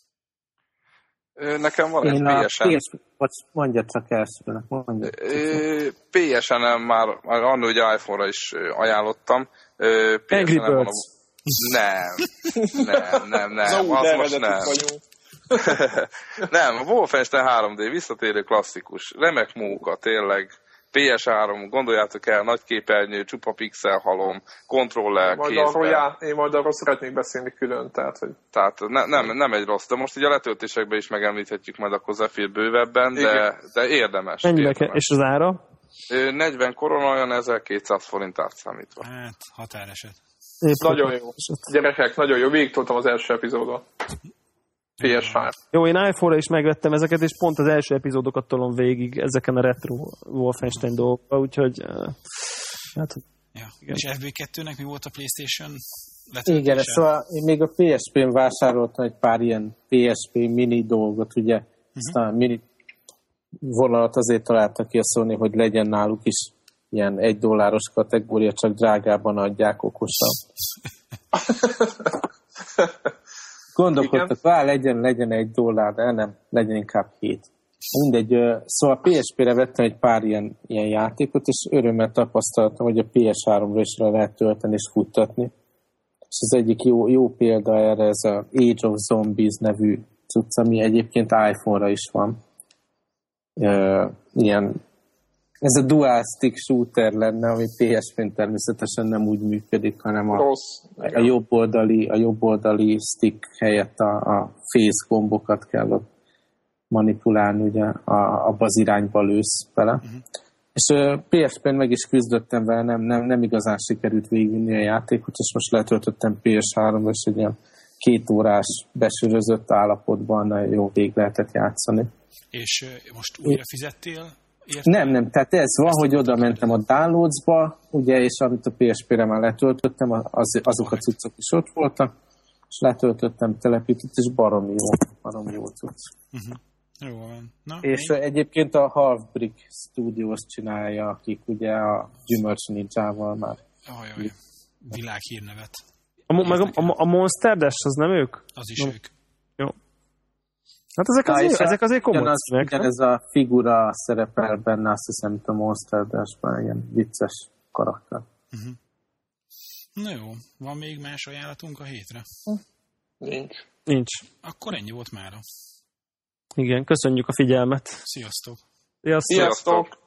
Nekem van egy PSN. Mondja csak elsőnek. PSN-en már annól ugye iPhone-ra is ajánlottam. Angry Birds. Nem. Az most nem. Nem, a Wolfenstein 3D visszatérő klasszikus. Remek móka, tényleg. PS3, gondoljátok el, nagy képernyő, csupa pixel halom, kontroller, kézben. Én majd arról szeretnék beszélni külön, tehát... Hogy... Tehát nem egy rossz, de most így a letöltésekben is megemlíthetjük majd akkor Zephyr bővebben, de érdemes. És az ára? 40 korona, olyan 1200 forint átszámítva. Határeset. Nagyon jó. Gyerekek, nagyon jó. Végigtoltam az első epizódot. PS5. Jó, én iPhone-ra is megvettem ezeket, és pont az első epizódokat tolom végig ezeken a retro Wolfenstein dolgokba, úgyhogy... És FB2-nek mi volt a PlayStation letöltése? Igen, szóval én még a PSP-n vásároltam egy pár ilyen PSP mini dolgot, ugye. Ezt a mini vonalat azért találta ki a Sony, hogy legyen náluk is ilyen $1 kategória, csak drágában adják okosan. Gondolkodtak, legyen $1, de nem, legyen inkább 7. Mindegy, szóval PSP-re vettem egy pár ilyen játékot, és örömmel tapasztaltam, hogy a PS3-ra is lehet tölteni és futtatni. És az egyik jó példa erre, ez a Age of Zombies nevű cucc, ami egyébként iPhone-ra is van. Ez a dual stick shooter lenne, ami PSP-n természetesen nem úgy működik, hanem a jobb oldali stick helyett a face gombokat kell ott manipulálni, ugye abba az irányba lősz vele. És PSP-n meg is küzdöttem vele, nem igazán sikerült végigvinni a játékot, és most letöltöttem PS3-ra, és egy ilyen 2 órás besűrözött állapotban jó végig lehetett játszani. És most újra fizettél? Értem? Nem, tehát ez van, hogy oda mentem a downloads-ba, ugye, és amit a PSP-re már letöltöttem, azok a cuccok is ott voltak, és letöltöttem, telepített, és baromi jó cucc. Jó van. Na, és egyébként a Half Brick Studios csinálja, akik ugye a Gyümölcs Ninjával már. Ajaj, világhírnevet. A Monster Dash, az nem ők? Az is ők. Jó. Hát ezek azért komoly színek. Ez a figura szerepel benne, azt hiszem, itt a Monster Dash-ben, ilyen vicces karakter. Na jó, van még más ajánlatunk a hétre? Nincs. Akkor ennyi volt mára. Igen, köszönjük a figyelmet. Sziasztok! Sziasztok!